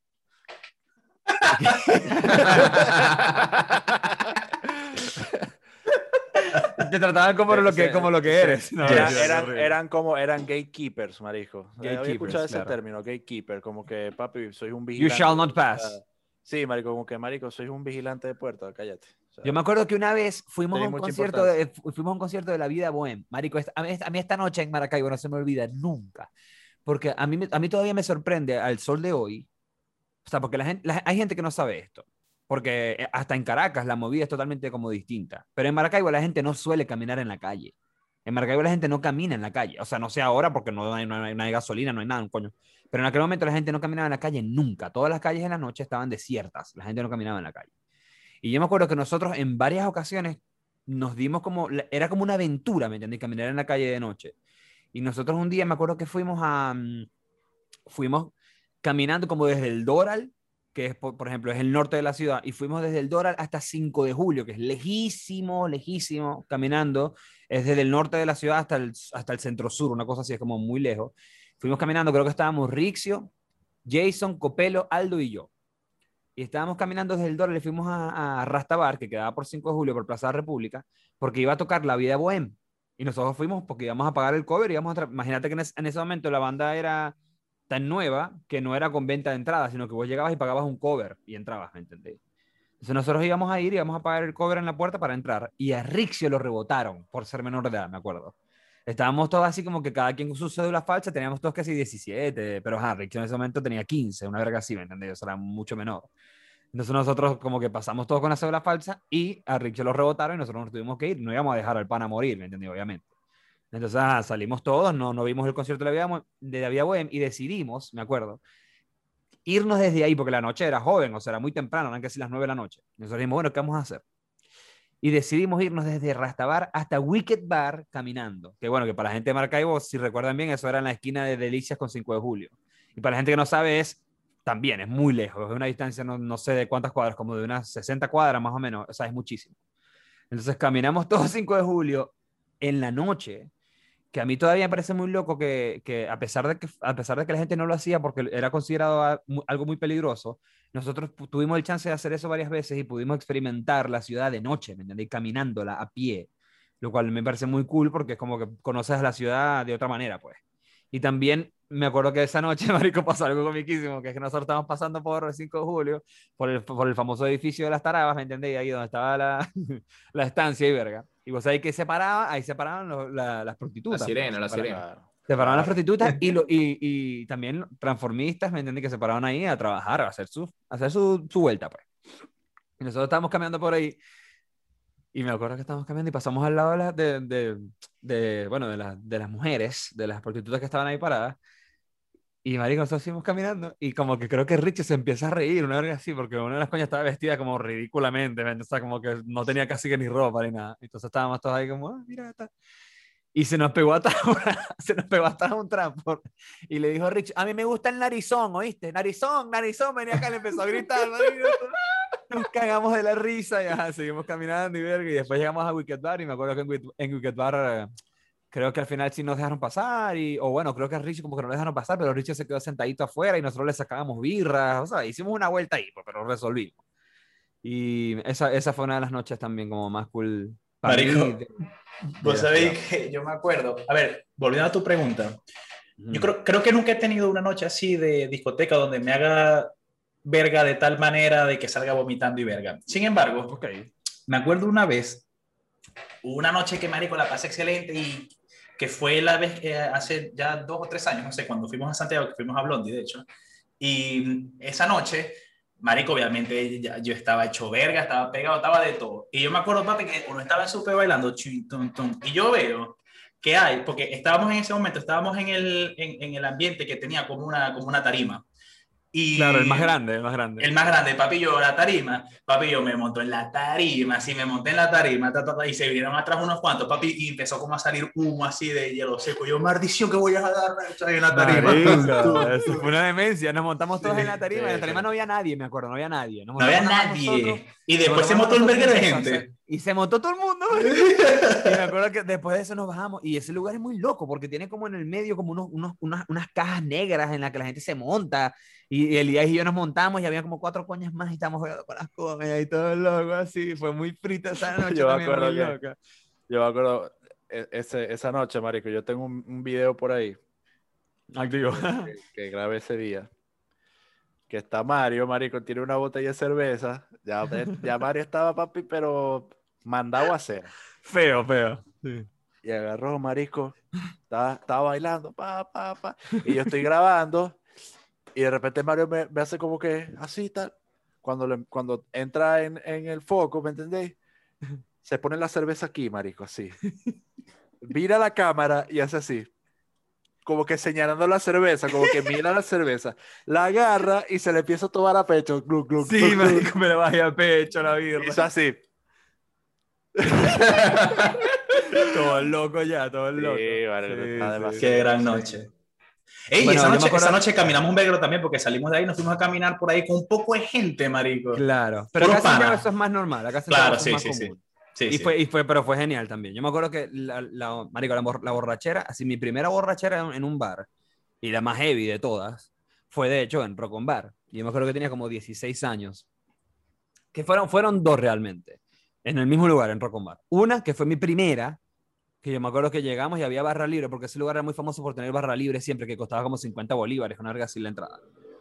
Te trataban como lo que eres. No, Yes. mentira, qué horrible. eran gatekeepers, marico. Había Gatekeepers, escuchado ese claro. término, gatekeeper, como que, papi, soy un You vigilante. shall not O sea, pass. sí, marico, como que, marico, soy un vigilante de puerta, cállate. O sea, Yo me acuerdo que una vez fuimos a tenía un mucha concierto fuimos a un concierto de La Vida Bohem. Marico, a mí esta noche en Maracaibo no se me olvida nunca. Porque a mí todavía me sorprende al sol de hoy. O sea, porque hay gente que no sabe esto. Porque hasta en Caracas la movida es totalmente como distinta. Pero en Maracaibo la gente no suele caminar en la calle. En Maracaibo la gente no camina en la calle. O sea, no sé ahora porque no hay gasolina, no hay nada, un coño. Pero en aquel momento la gente no caminaba en la calle nunca. Todas las calles en la noche estaban desiertas. La gente no caminaba en la calle. Y yo me acuerdo que nosotros en varias ocasiones nos dimos era como una aventura, ¿me entendés? Caminar en la calle de noche. Y nosotros un día me acuerdo que fuimos caminando como desde el Doral, que es, por ejemplo, es el norte de la ciudad, y fuimos desde el Doral hasta 5 de Julio, que es lejísimo, lejísimo, caminando, es desde el norte de la ciudad hasta el centro sur, una cosa así, es como muy lejos. Fuimos caminando, creo que estábamos Rixio, Jason, Copelo, Aldo y yo. Y estábamos caminando desde el Doral y fuimos a Rastabar, que quedaba por 5 de Julio, por Plaza de la República, porque iba a tocar La Vida Bohem. Y nosotros fuimos porque íbamos a pagar el cover, imagínate que en ese momento la banda era tan nueva que no era con venta de entrada, sino que vos llegabas y pagabas un cover y entrabas, ¿me entendés? Entonces nosotros íbamos a pagar el cover en la puerta para entrar y a Rixio lo rebotaron por ser menor de edad, me acuerdo. Estábamos todos así como que cada quien con su cédula falsa, teníamos todos casi 17, pero Rixio en ese momento tenía 15, una verga así, ¿me entendés? O sea, era mucho menor. Entonces nosotros como que pasamos todos con la cédula falsa y a Rixio lo rebotaron y nosotros nos tuvimos que ir, no íbamos a dejar al pana morir, ¿me entendés? Obviamente. Entonces salimos todos, no vimos el concierto de la Vida Bohem y decidimos, me acuerdo, irnos desde ahí, porque la noche era joven, o sea, era muy temprano, eran casi las 9 de la noche. Nosotros dijimos, bueno, ¿qué vamos a hacer? Y decidimos irnos desde Rastabar hasta Wicked Bar caminando. Que bueno, que para la gente de Maracaibo, si recuerdan bien, eso era en la esquina de Delicias con 5 de Julio. Y para la gente que no sabe, también es muy lejos, es una distancia, no sé de cuántas cuadras, como de unas 60 cuadras más o menos, o sea, es muchísimo. Entonces caminamos todos 5 de Julio en la noche, que a mí todavía me parece muy loco que a pesar de que la gente no lo hacía porque era considerado algo muy peligroso, nosotros tuvimos el chance de hacer eso varias veces y pudimos experimentar la ciudad de noche, ¿me entendés? Caminándola a pie, lo cual me parece muy cool porque es como que conoces la ciudad de otra manera, pues. Y también me acuerdo que esa noche, marico, pasó algo comiquísimo, que es que nosotros estábamos pasando por el 5 de Julio, por el famoso edificio de las Tarabas, ¿me entendés? Ahí donde estaba la estancia y verga. Y vos sabés que ahí separaban las La prostitutas. sirena, la Separaban- sirena. claro, Separaban las claro. prostitutas y también transformistas, ¿me entendés? Que se paraban ahí a trabajar, a hacer su vuelta, pues. Y nosotros estábamos caminando por ahí Y me acuerdo que estábamos caminando y pasamos al lado bueno, de las mujeres, de las prostitutas que estaban ahí paradas. Y marico, nosotros seguimos caminando y como que creo que Richie se empieza a reír, una vez así, porque una de las coñas estaba vestida como ridículamente, ¿me entiendes? O sea, como que no tenía casi que ni ropa ni nada. Entonces estábamos todos ahí como, mira, está. Y se nos pegó atrás, se nos pegó atrás un trampo. Y le dijo a Richie, a mí me gusta el narizón, ¿oíste? Narizón, narizón, venía acá, le empezó a gritar, marico. Nos cagamos de la risa y ajá, seguimos caminando y verga. Y después llegamos a Wicked Bar y me acuerdo que en Wicked Bar creo que al final sí nos dejaron pasar. O bueno, creo que a Richie como que no le dejaron pasar, pero Richie se quedó sentadito afuera y nosotros le sacábamos birras. O sea, hicimos una vuelta ahí, pues, pero resolvimos. Y esa fue una de las noches también como más cool para Marico, mí. vos sabéis que yo me acuerdo. A ver, volviendo a tu pregunta. Yo creo que nunca he tenido una noche así de discoteca donde me haga verga de tal manera de que salga vomitando y verga. Sin embargo, Ok. me acuerdo una vez, una noche que marico la pasé excelente y que fue la vez hace ya 2 o 3 años, no sé, cuando fuimos a Santiago, que fuimos a Blondie, de hecho. Y esa noche, marico, obviamente yo estaba hecho verga, estaba pegado, estaba de todo. Y yo me acuerdo, papi, que uno estaba en súper bailando, chin, tum, tum, y yo veo que hay, porque estábamos en ese momento, estábamos en el ambiente que tenía como una tarima. Claro, el más Y grande, el más grande. el más grande, papi, yo, la tarima, papi, yo me monto en la tarima, sí, me monté en la tarima, y se vinieron atrás unos cuantos, papi, y empezó como a salir humo así de hielo seco. Yo, maldición, que voy a dar en la tarima. Marico, eso fue una demencia. Nos montamos todos Sí, en la tarima. sí, En la tarima sí. no había nadie, me acuerdo, no había nadie. Nos No había montamos nada más nosotros. nadie. Y Nos después se montamos montó un nosotros verguero de y gente. y se montó todo el mundo. Y me acuerdo que después de eso nos bajamos. Y ese lugar es muy loco porque tiene como en el medio como unas cajas negras en las que la gente se monta. Y Elías y yo nos montamos y había como 4 coñas más y estábamos jugando con las coñas y todo loco así. Fue muy frita esa noche Yo me también, acuerdo muy que- loca. Yo me acuerdo esa noche, marico, yo tengo un video por ahí Activo. que grabé ese día. Que está Mario, marico, tiene una botella de cerveza. Ya Mario estaba, papi, pero mandado a hacer. Feo, feo. Sí. Y agarró, marico, estaba bailando, pa. Y yo estoy grabando. Y de repente Mario me hace como que así, tal. Cuando entra en el foco, ¿me entendéis? Se pone la cerveza aquí, marico, así. Mira la cámara y hace así. Como que señalando la cerveza, como que mira la cerveza. La agarra y se le empieza a tomar a pecho. Gluc, gluc, Sí, gluc, gluc. marico, me lo bajé a pecho la birra. Hizo así. Todo loco ya, todo Sí, loco. vale, Sí, está sí. demasiado. Qué gran noche. Ey, Bueno, yo me acuerdo- esa noche caminamos un verguero también porque salimos de ahí y nos fuimos a caminar por ahí con un poco de gente, marico. Claro, pero Puros acá en Santiago panas. eso es más normal, acá en Santiago Claro, eso sí, es más sí, sí. común. Sí, sí. Pero fue genial también. Yo me acuerdo que marico, la borrachera, así mi primera borrachera en un bar, y la más heavy de todas, fue de hecho en Rock on Bar. Y yo me acuerdo que tenía como 16 años. Que fueron dos realmente, en el mismo lugar, en Rock on Bar. Una, que fue mi primera, que yo me acuerdo que llegamos y había barra libre, porque ese lugar era muy famoso por tener barra libre siempre, que costaba como 50 bolívares, una verga así la entrada.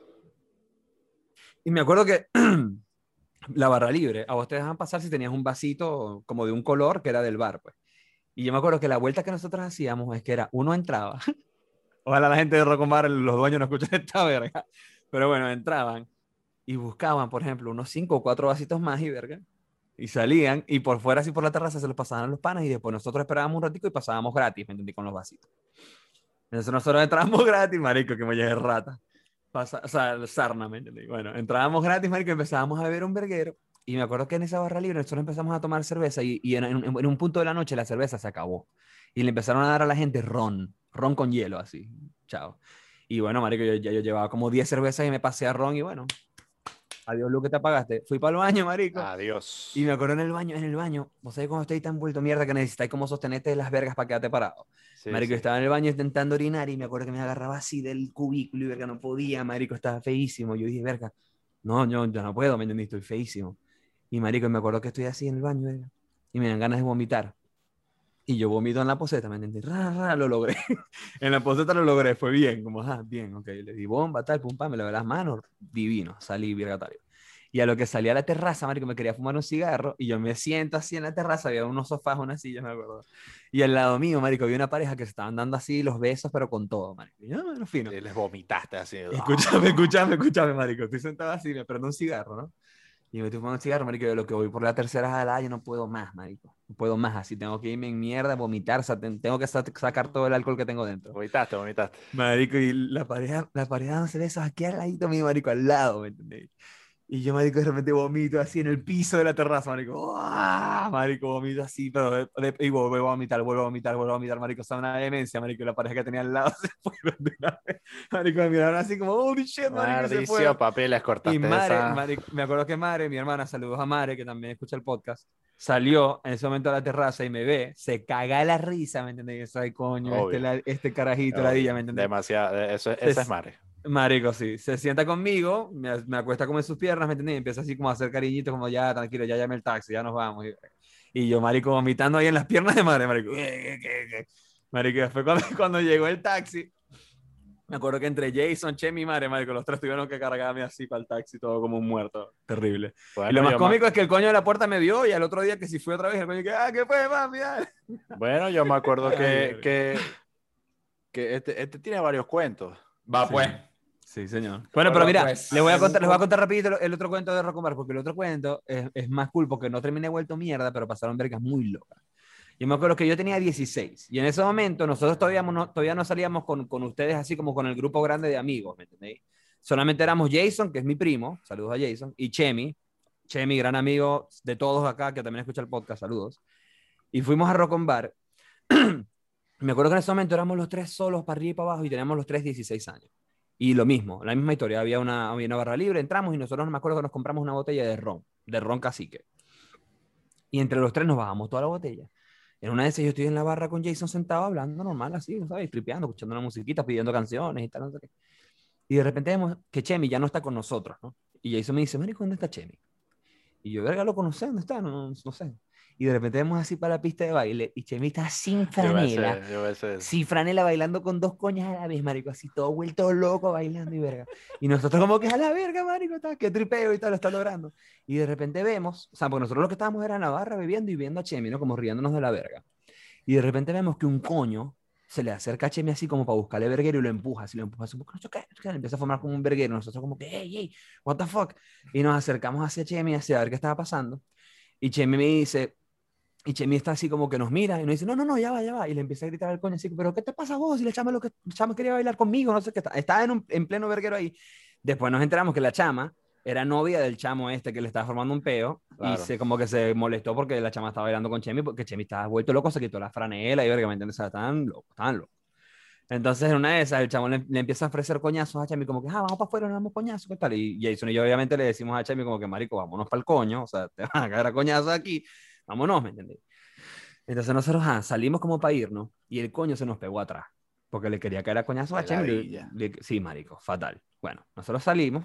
Y me acuerdo que la barra libre, a vos te dejaban pasar si tenías un vasito como de un color que era del bar, pues. Y yo me acuerdo que la vuelta que nosotros hacíamos es que era, uno entraba, ojalá la gente de Rock on Bar, los dueños no escuchen esta verga, pero bueno, entraban y buscaban, por ejemplo, unos 5 o 4 vasitos más y verga, y salían, y por fuera así por la terraza se los pasaban a los panas, y después nosotros esperábamos un ratico y pasábamos gratis, ¿me entendí? Con los vasitos. Entonces nosotros entrábamos gratis, marico, que me llegué rata. O sea, sarna, ¿me entendí? Bueno, entrábamos gratis, marico, y empezábamos a beber un verguero. Y me acuerdo que en esa barra libre nosotros empezamos a tomar cerveza y en un punto de la noche la cerveza se acabó. Y le empezaron a dar a la gente ron con hielo, así. Chao. Y bueno, marico, yo llevaba como 10 cervezas y me pasé a ron y bueno, adiós, Lu, que te apagaste. Fui para el baño, marico. Adiós. Y me acuerdo en el baño, vos sabés cuando estáis tan vuelto mierda que necesitáis como sostenerte de las vergas para quedarte parado. Sí, Marico, sí. estaba en el baño intentando orinar y me acuerdo que me agarraba así del cubículo y verga, no podía, marico, estaba feísimo. Yo dije, verga, no, yo no puedo, me entendí, estoy feísimo. Y marico, me acuerdo que estoy así en el baño, verga, y me dan ganas de vomitar. Y yo vomito en la poseta, ¿me entendí? Lo logré. En la poseta lo logré, fue bien, como, bien, ok. Le di bomba, tal, pum, pam, me lavé las manos, divino, salí virgatario. Y a lo que salí a la terraza, marico, me quería fumar un cigarro y yo me siento así en la terraza, había unos sofás, unas sillas, me acuerdo. Y al lado mío, marico, había una pareja que se estaban dando así los besos, pero con todo, marico. Y yo, bueno, fino. Y les vomitaste así. Escúchame, marico. Estoy sentado así, me prendo un cigarro, ¿no? Y me estoy fumando un cigarro, marico, yo lo que voy por la tercera jalada, yo no puedo más, marico. No puedo más, así tengo que irme en mierda, vomitar, tengo que sacar todo el alcohol que tengo dentro. Vomitaste, vomitaste. Marico, y la pareja dándose besos aquí al ladito mío, marico, al lado, ¿me entendés? Y yo, marico, de repente vomito así en el piso de la terraza, marico. ¡Ah! Marico, vomito así, pero y vuelvo a vomitar, marico. O sea, una demencia, marico. Y la pareja que tenía al lado se fueron de una vez. Marico, me miraron así como, holy shit, marico, y se Maldición, fueron. papi, les Y cortaste Mare, esa. me acuerdo que Mare, mi hermana, saludos a Mare, que también escucha el podcast, salió en ese momento a la terraza y me ve, se caga de la risa, ¿me entendés? Y yo, ay, coño, Obvio. este carajito, Obvio. ladilla, ¿me entendés? Demasiado, esa es Mare. Marico, sí, se sienta conmigo, me acuesta como en sus piernas, ¿me entendés? Y empieza así como a hacer cariñitos, como ya, tranquilo, ya llame el taxi, ya nos vamos. Y yo, marico, vomitando ahí en las piernas de Mare, marico. Marico, fue cuando llegó el taxi. Me acuerdo que entre Jason, Chemi y Mare, marico, los tres tuvieron que cargarme así para el taxi, todo como un muerto. Terrible. Bueno, y lo más yo cómico es que el coño de la puerta me vio y al otro día que si fui otra vez, el coño que, ¿qué fue, mami? Bueno, yo me acuerdo Ay, que este tiene varios cuentos. Va, Sí. pues. Sí, señor. Bueno, pero mira, pues, les voy a contar rapidito el otro cuento de Rocomar, porque el otro cuento es más cool, porque no terminé vuelto mierda, pero pasaron vergas muy locas. Yo me acuerdo que yo tenía 16 y en ese momento nosotros todavía no salíamos con ustedes así como con el grupo grande de amigos, ¿me entendéis? Solamente éramos Jason, que es mi primo, saludos a Jason, y Chemi, gran amigo de todos acá, que también escucha el podcast, saludos. Y fuimos a Rocombar. Me acuerdo que en ese momento éramos los tres solos para arriba y para abajo y teníamos los tres 16 años. Y lo mismo, la misma historia, había una barra libre, entramos y nosotros me acuerdo que nos compramos una botella de ron cacique. Y entre los tres nos bajamos toda la botella. En una de esas yo estoy en la barra con Jason sentado hablando normal así, ¿sabes? Tripeando, escuchando una musiquita, pidiendo canciones y tal, no sé qué. Y de repente vemos que Chemi ya no está con nosotros, ¿no? Y Jason me dice, marico, ¿dónde está Chemi? Y yo, verga, lo conocí, ¿dónde está? No sé. Y de repente vemos así para la pista de baile y Chemi está sin franela. Yo voy a hacer. Sin franela bailando con dos coñas a la vez, marico, así todo vuelto loco bailando y verga. Y nosotros como que a la verga, marico, qué tripeo y tal, lo está logrando. Y de repente vemos, o sea, porque nosotros lo que estábamos era en la barra bebiendo y viendo a Chemi, ¿no? Como riéndonos de la verga. Y de repente vemos que un coño se le acerca a Chemi así como para buscarle verguero y lo empuja, así, ¿qué? Empieza a formar como un verguero, nosotros como que, hey, what the fuck. Y nos acercamos hacia Chemi, hacia ver qué estaba pasando. Y Chemi me dice... Y Chemi está así como que nos mira y nos dice, no, ya va. Y le empieza a gritar al coño así, pero ¿qué te pasa a vos? Y la chama quería bailar conmigo, no sé qué. Estaba en pleno verguero ahí. Después nos enteramos que la chama era novia del chamo este que le estaba formando un peo. Claro. Y como que se molestó porque la chama estaba bailando con Chemi, porque Chemi estaba vuelto loco, se quitó la franela y verga, ¿me entiendes? O sea, estaban locos. Entonces, en una de esas, el chamo le empieza a ofrecer coñazos a Chemi, como que, vamos para afuera, nos damos coñazos, ¿qué tal? Y Jason y yo, obviamente, le decimos a Chemi, como que, marico, vámonos para el coño, o sea, te van a caer a coñazos aquí, vámonos, ¿me entiendes? Entonces nosotros salimos como para irnos y el coño se nos pegó atrás porque le quería caer a coñazo a Chemi. Sí, marico, fatal. Bueno, nosotros salimos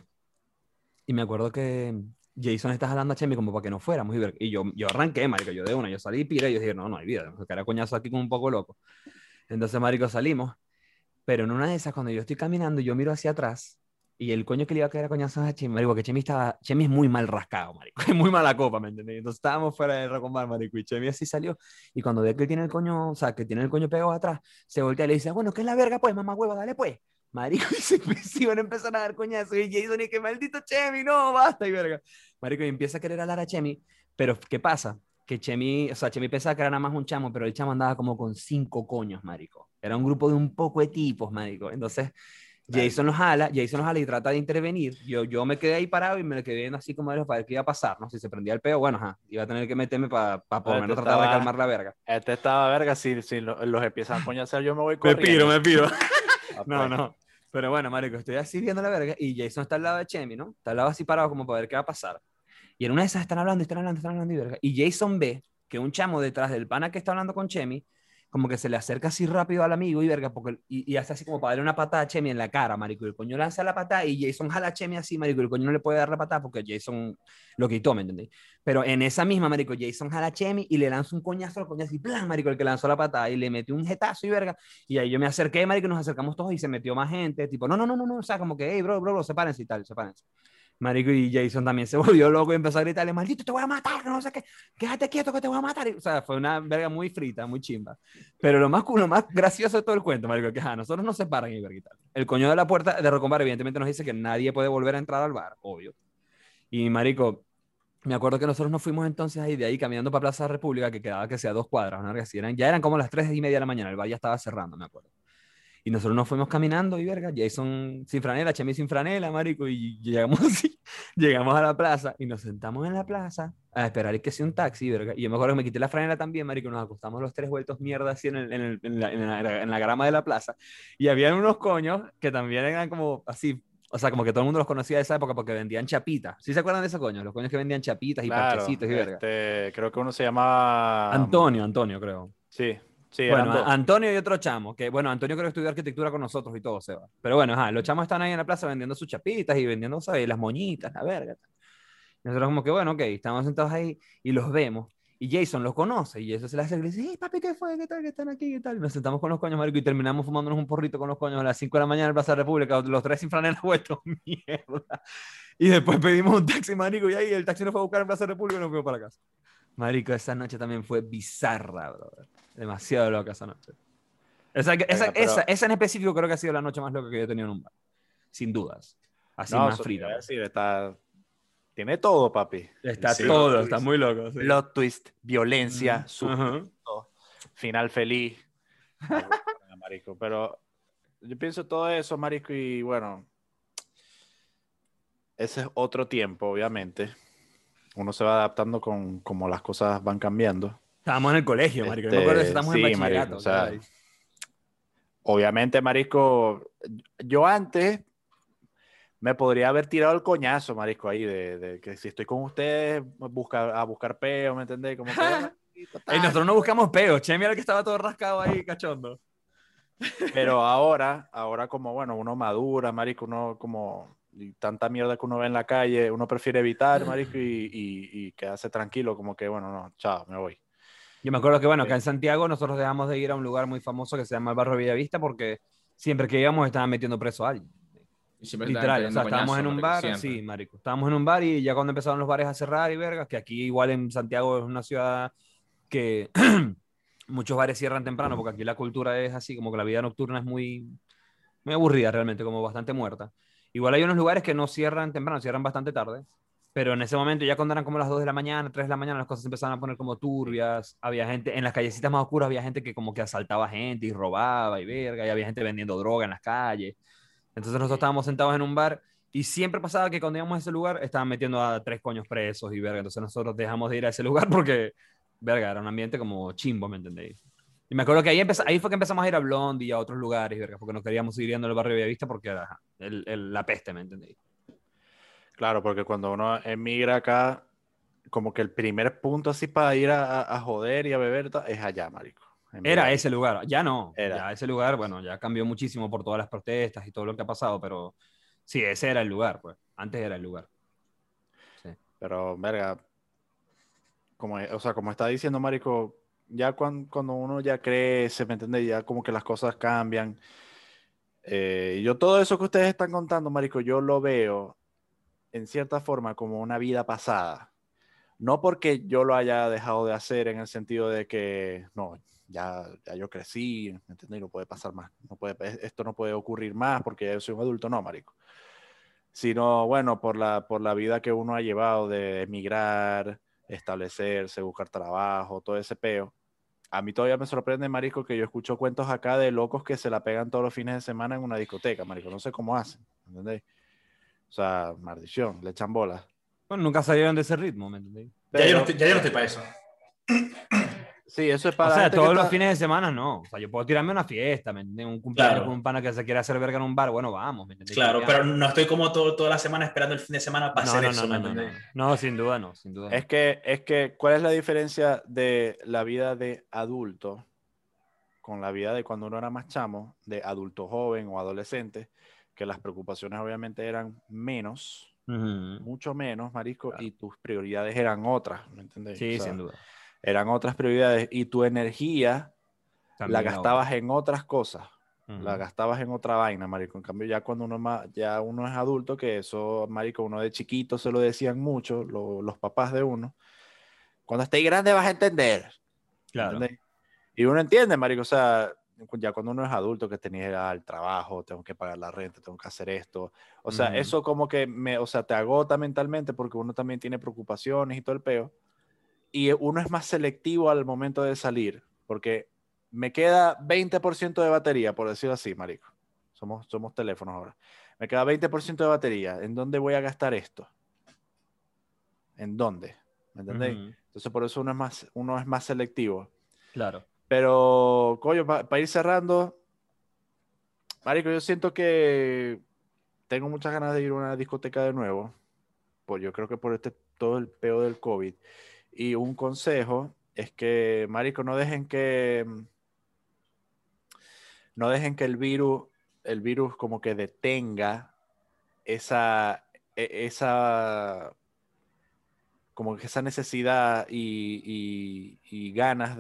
y me acuerdo que Jason está jalando a Chemi como para que no fuéramos y yo arranqué, marico, yo salí y piré y yo dije, no hay vida, tenemos que caer a coñazo aquí como un poco loco. Entonces, marico, salimos, pero en una de esas, cuando yo estoy caminando, yo miro hacia atrás y el coño que le iba a caer a coñazos a Chemi, marico, porque Chemi es muy mal rascado, marico, es muy mala copa, ¿me entendés? Entonces estábamos fuera de Rocombar, marico, y Chemi así salió, y cuando ve que tiene el coño, o sea, que tiene el coño pegado atrás, se voltea y le dice, bueno, ¿qué es la verga, pues, mamá hueva, dale, pues, marico, y se iban a empezar a dar coñazos, y Jason, y que maldito Chemi, no, basta, y verga, marico, y empieza a querer hablar a Chemi, pero ¿qué pasa? Que Chemi pensaba que era nada más un chamo, pero el chamo andaba como con 5 coños, marico, era un grupo de un poco de tipos, marico, entonces... Jason los jala y trata de intervenir. Yo me quedé ahí parado y me quedé viendo así como para ver qué iba a pasar, ¿no? Si se prendía el peo, bueno, iba a tener que meterme para por lo menos tratar de calmar la verga. Este estaba verga, si los empiezan a coñacer, yo me voy corriendo. Me piro. Ah, No. Pero bueno, marico, estoy así viendo la verga y Jason está al lado de Chemi, ¿no? Está al lado así parado como para ver qué va a pasar. Y en una de esas están hablando y verga. Y Jason ve que un chamo detrás del pana que está hablando con Chemi como que se le acerca así rápido al amigo y verga, y hace así como para darle una patada a Chemi en la cara, marico, y el coño lanza la patada y Jason jala a Chemi así, marico, y el coño no le puede dar la patada porque Jason lo quitó, ¿me entendéis? Pero en esa misma, marico, Jason jala a Chemi y le lanza un coñazo al coñazo y plan, marico, el que lanzó la patada y le metió un jetazo y verga, y ahí yo me acerqué, marico, y nos acercamos todos y se metió más gente, tipo, no, o sea, como que, hey, bro, sepárense y tal, sepárense. Marico, y Jason también se volvió loco y empezó a gritarle, maldito, te voy a matar, no sé qué, quédate quieto que te voy a matar. O sea, fue una verga muy frita, muy chimba. Pero lo más gracioso de todo el cuento, marico, que nosotros nos separan y verga y tal. El coño de la puerta de Rocombar evidentemente nos dice que nadie puede volver a entrar al bar, obvio. Y marico, Me acuerdo que nosotros nos fuimos entonces ahí, de ahí caminando para Plaza República, que quedaba que sea 2 cuadras, ¿no? Que así ya eran como las 3:30 de la mañana, el bar ya estaba cerrando, me acuerdo. Y nosotros nos fuimos caminando y verga, Jason sin franela, Chemi sin franela, marico, y llegamos así, llegamos a la plaza y nos sentamos en la plaza a esperar que sea un taxi, verga. Y yo me acuerdo que me quité la franela también, marico, y nos acostamos los tres vueltos mierda así en la grama de la plaza. Y habían unos coños que también eran como así, o sea, como que todo el mundo los conocía de esa época porque vendían chapitas. ¿Sí se acuerdan de esos coños? Los coños que vendían chapitas y Claro, parchecitos y verga. creo que uno se llama... Antonio, creo. Sí, sí, Bueno, eran dos. Antonio y otro chamo, que bueno, Antonio creo que estudió arquitectura con nosotros y todo, Seba. Pero bueno, ajá, los chamos están ahí en la plaza vendiendo sus chapitas y vendiendo, ¿sabes? Las moñitas, la verga. Y nosotros como que, bueno, ok, estamos sentados ahí y los vemos. Y Jason los conoce y eso se le hace y le dice, hey, papi, ¿qué fue? ¿Qué tal? ¿Qué están aquí? ¿Qué tal? Y nos sentamos con los coños, marico, y terminamos fumándonos un porrito con los coños a las 5 de la mañana en Plaza República, los tres sin franela vueltos, mierda. Y después pedimos un taxi, marico, y ahí el taxi nos fue a buscar en Plaza República y nos fuimos para casa. Marico, esa noche también fue bizarra, brother. Demasiado loca esa noche. Verga, pero- Esa en específico creo que ha sido la noche más loca que yo he tenido en un bar. Sin dudas. Así No, más eso te frita. iba a Pues. decir, tiene todo, papi. Está Sí. todo, Plot está twist. muy loco. Sí. Plot twist, violencia, Ajá. suspenso, final feliz. Ah, marico, pero yo pienso todo eso, marico, y bueno, ese es otro tiempo, obviamente. Uno se va adaptando con como las cosas van cambiando. Estábamos en el colegio, marico. Yo me acuerdo de eso, estamos en Sí, bachillerato. marico, o sea, ¿Sabes? obviamente, marico, yo antes me podría haber tirado el coñazo, marico, ahí, de que si estoy con ustedes, a buscar peo, ¿me entendéis? Como que, bueno, y total. Ey, nosotros no buscamos peo. Chemi era el que estaba todo rascado ahí, cachondo. Pero ahora como, bueno, uno madura, marico, uno como, y tanta mierda que uno ve en la calle, uno prefiere evitar, marico, y quedarse tranquilo, como que, bueno, no, chao, me voy. Yo me acuerdo que, bueno, acá en Santiago nosotros dejamos de ir a un lugar muy famoso que se llama el Barrio Bellavista porque siempre que íbamos estaban metiendo preso a alguien. Y siempre estaban Literal, o cayendo sea, estábamos en coñazos, un marico, bar, siempre. sí, marico. Estábamos en un bar y ya cuando empezaron los bares a cerrar y vergas, que aquí igual en Santiago es una ciudad que muchos bares cierran temprano porque aquí la cultura es así, como que la vida nocturna es muy, muy aburrida realmente, como bastante muerta. Igual hay unos lugares que no cierran temprano, cierran bastante tarde, pero en ese momento ya cuando eran como las 2 de la mañana, 3 de la mañana, las cosas se empezaban a poner como turbias, había gente, en las callecitas más oscuras había gente que como que asaltaba gente y robaba y verga, y había gente vendiendo droga en las calles. Entonces nosotros estábamos sentados en un bar y siempre pasaba que cuando íbamos a ese lugar estaban metiendo a 3 coños presos y verga. Entonces nosotros dejamos de ir a ese lugar porque, verga, era un ambiente como chimbo, ¿me entendéis? Y me acuerdo que ahí fue que empezamos a ir a Blondie y a otros lugares, verga, porque no queríamos seguir yendo al barrio de Bellavista porque era ajá, la peste, ¿me entendéis? Claro, porque cuando uno emigra acá, como que el primer punto así para ir a joder y a beber es allá, marico. En Era Bellavista. ese lugar, ya no, Era. ya ese lugar, bueno, ya cambió muchísimo por todas las protestas y todo lo que ha pasado, pero sí, ese era el lugar, pues, antes era el lugar. Sí. Pero, verga, o sea, como está diciendo, marico, ya cuando uno ya crece, ¿me entiendes? Ya como que las cosas cambian. Y yo todo eso que ustedes están contando, marico, yo lo veo en cierta forma como una vida pasada. No porque yo lo haya dejado de hacer en el sentido de que, no, ya yo crecí, ¿me entiendes? Y no puede pasar más. Esto no puede ocurrir más porque ya yo soy un adulto, no, marico. Sino, bueno, por la vida que uno ha llevado de emigrar, establecerse, buscar trabajo, todo ese peo. A mí todavía me sorprende, marico, que yo escucho cuentos acá de locos que se la pegan todos los fines de semana en una discoteca, marico. No sé cómo hacen, ¿entendés? O sea, maldición, le echan bolas. Bueno, nunca salieron de ese ritmo, ¿me entendéis? Ya yo no Pero, estoy, ya yo no estoy para eso. sí, eso es O para la sea, gente que todos los está... fines de semana no. O sea, yo puedo tirarme una fiesta, ¿me entiendes? Un cumpleaños Claro. con un pana que se quiere hacer verga en un bar, bueno, vamos, ¿me entendéis? Claro, pero Tripeamos. no estoy como toda la semana esperando el fin de semana para No, hacer no, eso, no, ¿me no, no, no. entendés? No, sin duda no, sin duda no. Es que, ¿cuál es la diferencia de la vida de adulto con la vida de cuando uno era más chamo, de adulto joven o adolescente? Que las preocupaciones obviamente eran menos, Ujú. mucho menos, marisco, Claro. y tus prioridades eran otras, ¿me entendés? Sí, O sea, sin duda. eran otras prioridades y tu energía la También era gastabas otra. en otras cosas, Ujú. la gastabas en otra vaina, marico. En cambio, ya cuando ya uno es adulto, que eso, marico, uno de chiquito se lo decían mucho, los papás de uno, cuando estés grande vas a entender, Claro. ¿entendés? Y uno entiende, marico, o sea, ya cuando uno es adulto, que tenía el trabajo, tengo que pagar la renta, tengo que hacer esto. O sea, Ujú. eso como que o sea, te agota mentalmente porque uno también tiene preocupaciones y todo el peo. Y uno es más selectivo al momento de salir, porque me queda 20% de batería, por decirlo así, marico. Somos teléfonos ahora. Me queda 20% de batería. ¿En dónde voy a gastar esto? ¿En dónde? ¿Me entendéis? Ujú. Entonces por eso uno es más selectivo. Claro. Pero, coño, para ir cerrando, marico, yo siento que tengo muchas ganas de ir a una discoteca de nuevo. Pues yo creo que por todo el peo del COVID. Y un consejo es que, marico, no dejen que el virus como que detenga esa como que esa necesidad y ganas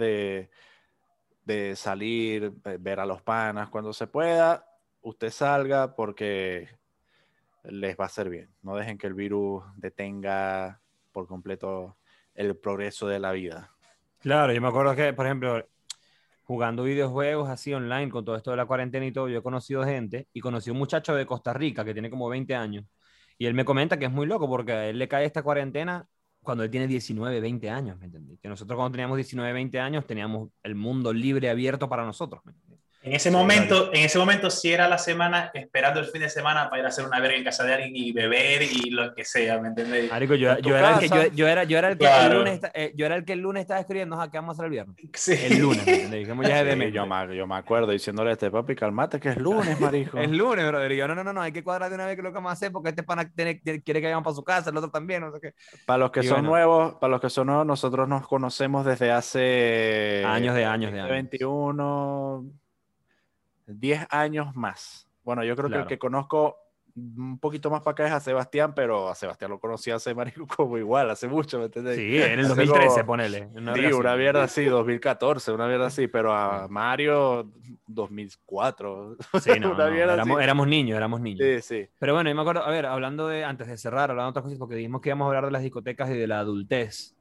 de salir, ver a los panas cuando se pueda, usted salga porque les va a hacer bien. No dejen que el virus detenga por completo el progreso de la vida. Claro, yo me acuerdo que, por ejemplo, jugando videojuegos así online con todo esto de la cuarentena y todo, yo he conocido gente y conocí un muchacho de Costa Rica que tiene como 20 años y él me comenta que es muy loco porque a él le cae esta cuarentena cuando él tiene 19, 20 años, ¿me entendí? Que nosotros cuando teníamos 19, 20 años teníamos el mundo libre abierto para nosotros, ¿me entendí? Sí, En ese momento sí era la semana esperando el fin de semana para ir a hacer una verga en casa de alguien y beber y lo que sea, ¿me entendéis? Marico, en tu yo era el que casa. yo era el que el lunes Claro. yo era el que el lunes estaba escribiendo, ¿a qué vamos a hacer el viernes? Sí. El lunes, ¿me entendés? Dijimos ya es Sí, demente. yo me acuerdo diciéndole a este papi, calmate que es lunes, marico. Es lunes, brother. Y yo, no, hay que cuadrar de una vez que lo que vamos a hacer porque este pana quiere que vayamos para su casa, el otro también, no sé qué. Y bueno, Para los que son nuevos, nosotros nos conocemos desde hace años de años. 2021, 10 años más. Bueno, yo creo que el Claro. que conozco un poquito más para acá es a Sebastián, pero a Sebastián lo conocí hace, marico, como igual, hace mucho, ¿me entendéis? Sí, en el Hace 2013, como, ponele. Una verga sí, así. una mierda así, 2014, una mierda así, pero a Sí, Mario, 2004, sí, no, una no. mierda así. Éramos niños, éramos niños. Sí, sí. Pero bueno, yo me acuerdo, a ver, antes de cerrar, hablando de otras cosas, porque dijimos que íbamos a hablar de las discotecas y de la adultez.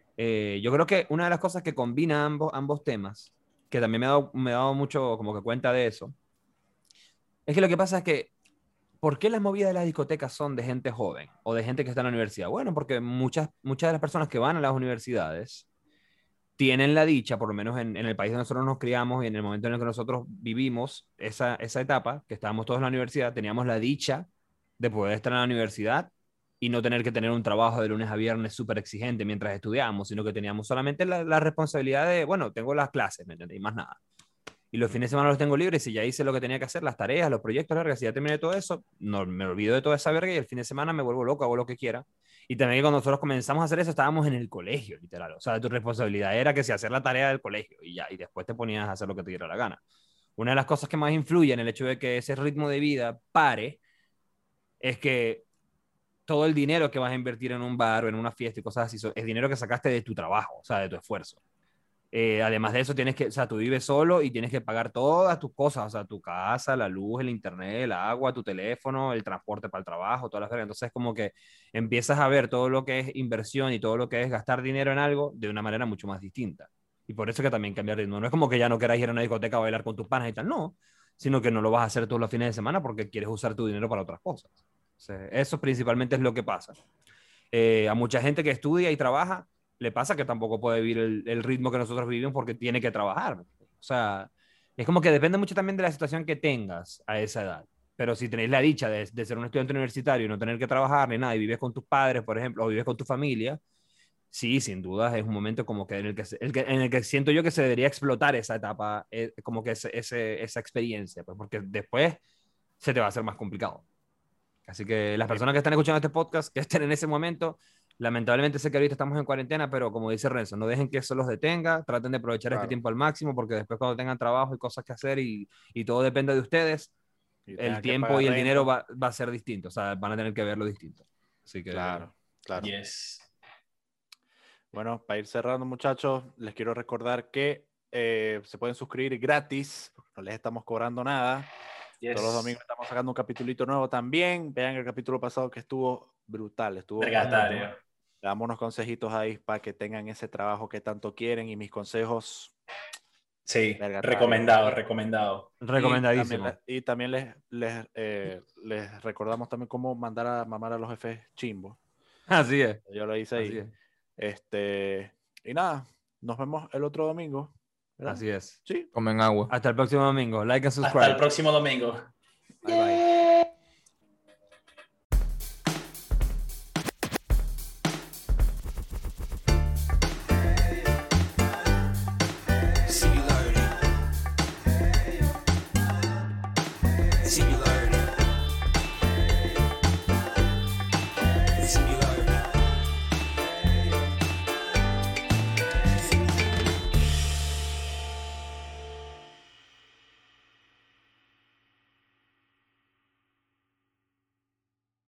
Yo creo que una de las cosas que combina ambos temas, que también me ha dado mucho como que cuenta de eso, es que lo que pasa es que ¿por qué las movidas de las discotecas son de gente joven o de gente que está en la universidad? Bueno, porque muchas de las personas que van a las universidades tienen la dicha, por lo menos en el país donde nosotros nos criamos y en el momento en el que nosotros vivimos esa etapa, que estábamos todos en la universidad, teníamos la dicha de poder estar en la universidad y no tener que tener un trabajo de lunes a viernes súper exigente mientras estudiábamos, sino que teníamos solamente la responsabilidad de, bueno, tengo las clases, ¿me entendéis? Más nada. Y los fines de semana los tengo libres y ya hice lo que tenía que hacer, las tareas, los proyectos, largas, si ya terminé todo eso, no, me olvido de toda esa verga y el fin de semana me vuelvo loco, hago lo que quiera. Y también cuando nosotros comenzamos a hacer eso, estábamos en el colegio, literal. O sea, tu responsabilidad era que si hacer la tarea del colegio y ya, y después te ponías a hacer lo que te diera la gana. Una de las cosas que más influye en el hecho de que ese ritmo de vida pare es que todo el dinero que vas a invertir en un bar o en una fiesta y cosas así es dinero que sacaste de tu trabajo, o sea, de tu esfuerzo. Además de eso, o sea, tú vives solo y tienes que pagar todas tus cosas, o sea, tu casa, la luz, el internet, el agua, tu teléfono, el transporte para el trabajo, todas las vergas. Entonces, como que empiezas a ver todo lo que es inversión y todo lo que es gastar dinero en algo de una manera mucho más distinta. Y por eso que también cambiar de ritmo. No es como que ya no queráis ir a una discoteca a bailar con tus panas y tal, no, sino que no lo vas a hacer todos los fines de semana porque quieres usar tu dinero para otras cosas. O sea, eso principalmente es lo que pasa. A mucha gente que estudia y trabaja, le pasa que tampoco puede vivir el ritmo que nosotros vivimos porque tiene que trabajar. O sea, es como que depende mucho también de la situación que tengas a esa edad. Pero si tenéis la dicha de ser un estudiante universitario y no tener que trabajar ni nada, y vives con tus padres, por ejemplo, o vives con tu familia, sí, sin duda es un momento como que en el que siento yo que se debería explotar esa etapa, como que esa experiencia, pues porque después se te va a hacer más complicado. Así que las personas que están escuchando este podcast, que estén en ese momento, lamentablemente sé que ahorita estamos en cuarentena, pero como dice Renzo, no dejen que eso los detenga, traten de aprovechar este Claro. tiempo al máximo, porque después cuando tengan trabajo y cosas que hacer y todo depende de ustedes, Y el tengan que tiempo pagar y el dinero renta. va a ser distinto, o sea, van a tener que verlo distinto. Así que, Claro, claro. Yes. Bueno, para ir cerrando, muchachos, les quiero recordar que se pueden suscribir gratis, porque no les estamos cobrando nada. Yes. Todos los domingos estamos sacando un capitulito nuevo también. Vean el capítulo pasado que estuvo brutal, estuvo Vergatario. Le damos unos consejitos ahí para que tengan ese trabajo que tanto quieren y mis consejos Sí, Verga, está recomendado, bien. recomendado. Recomendadísimo. Y también les recordamos también cómo mandar a mamar a los jefes chimbos. Así es. Yo lo hice Así ahí. es. Y nada, nos vemos el otro domingo. ¿verdad? Así es. Sí. Comen agua. Hasta el próximo domingo. Like and Hasta el subscribe. próximo domingo. Bye bye.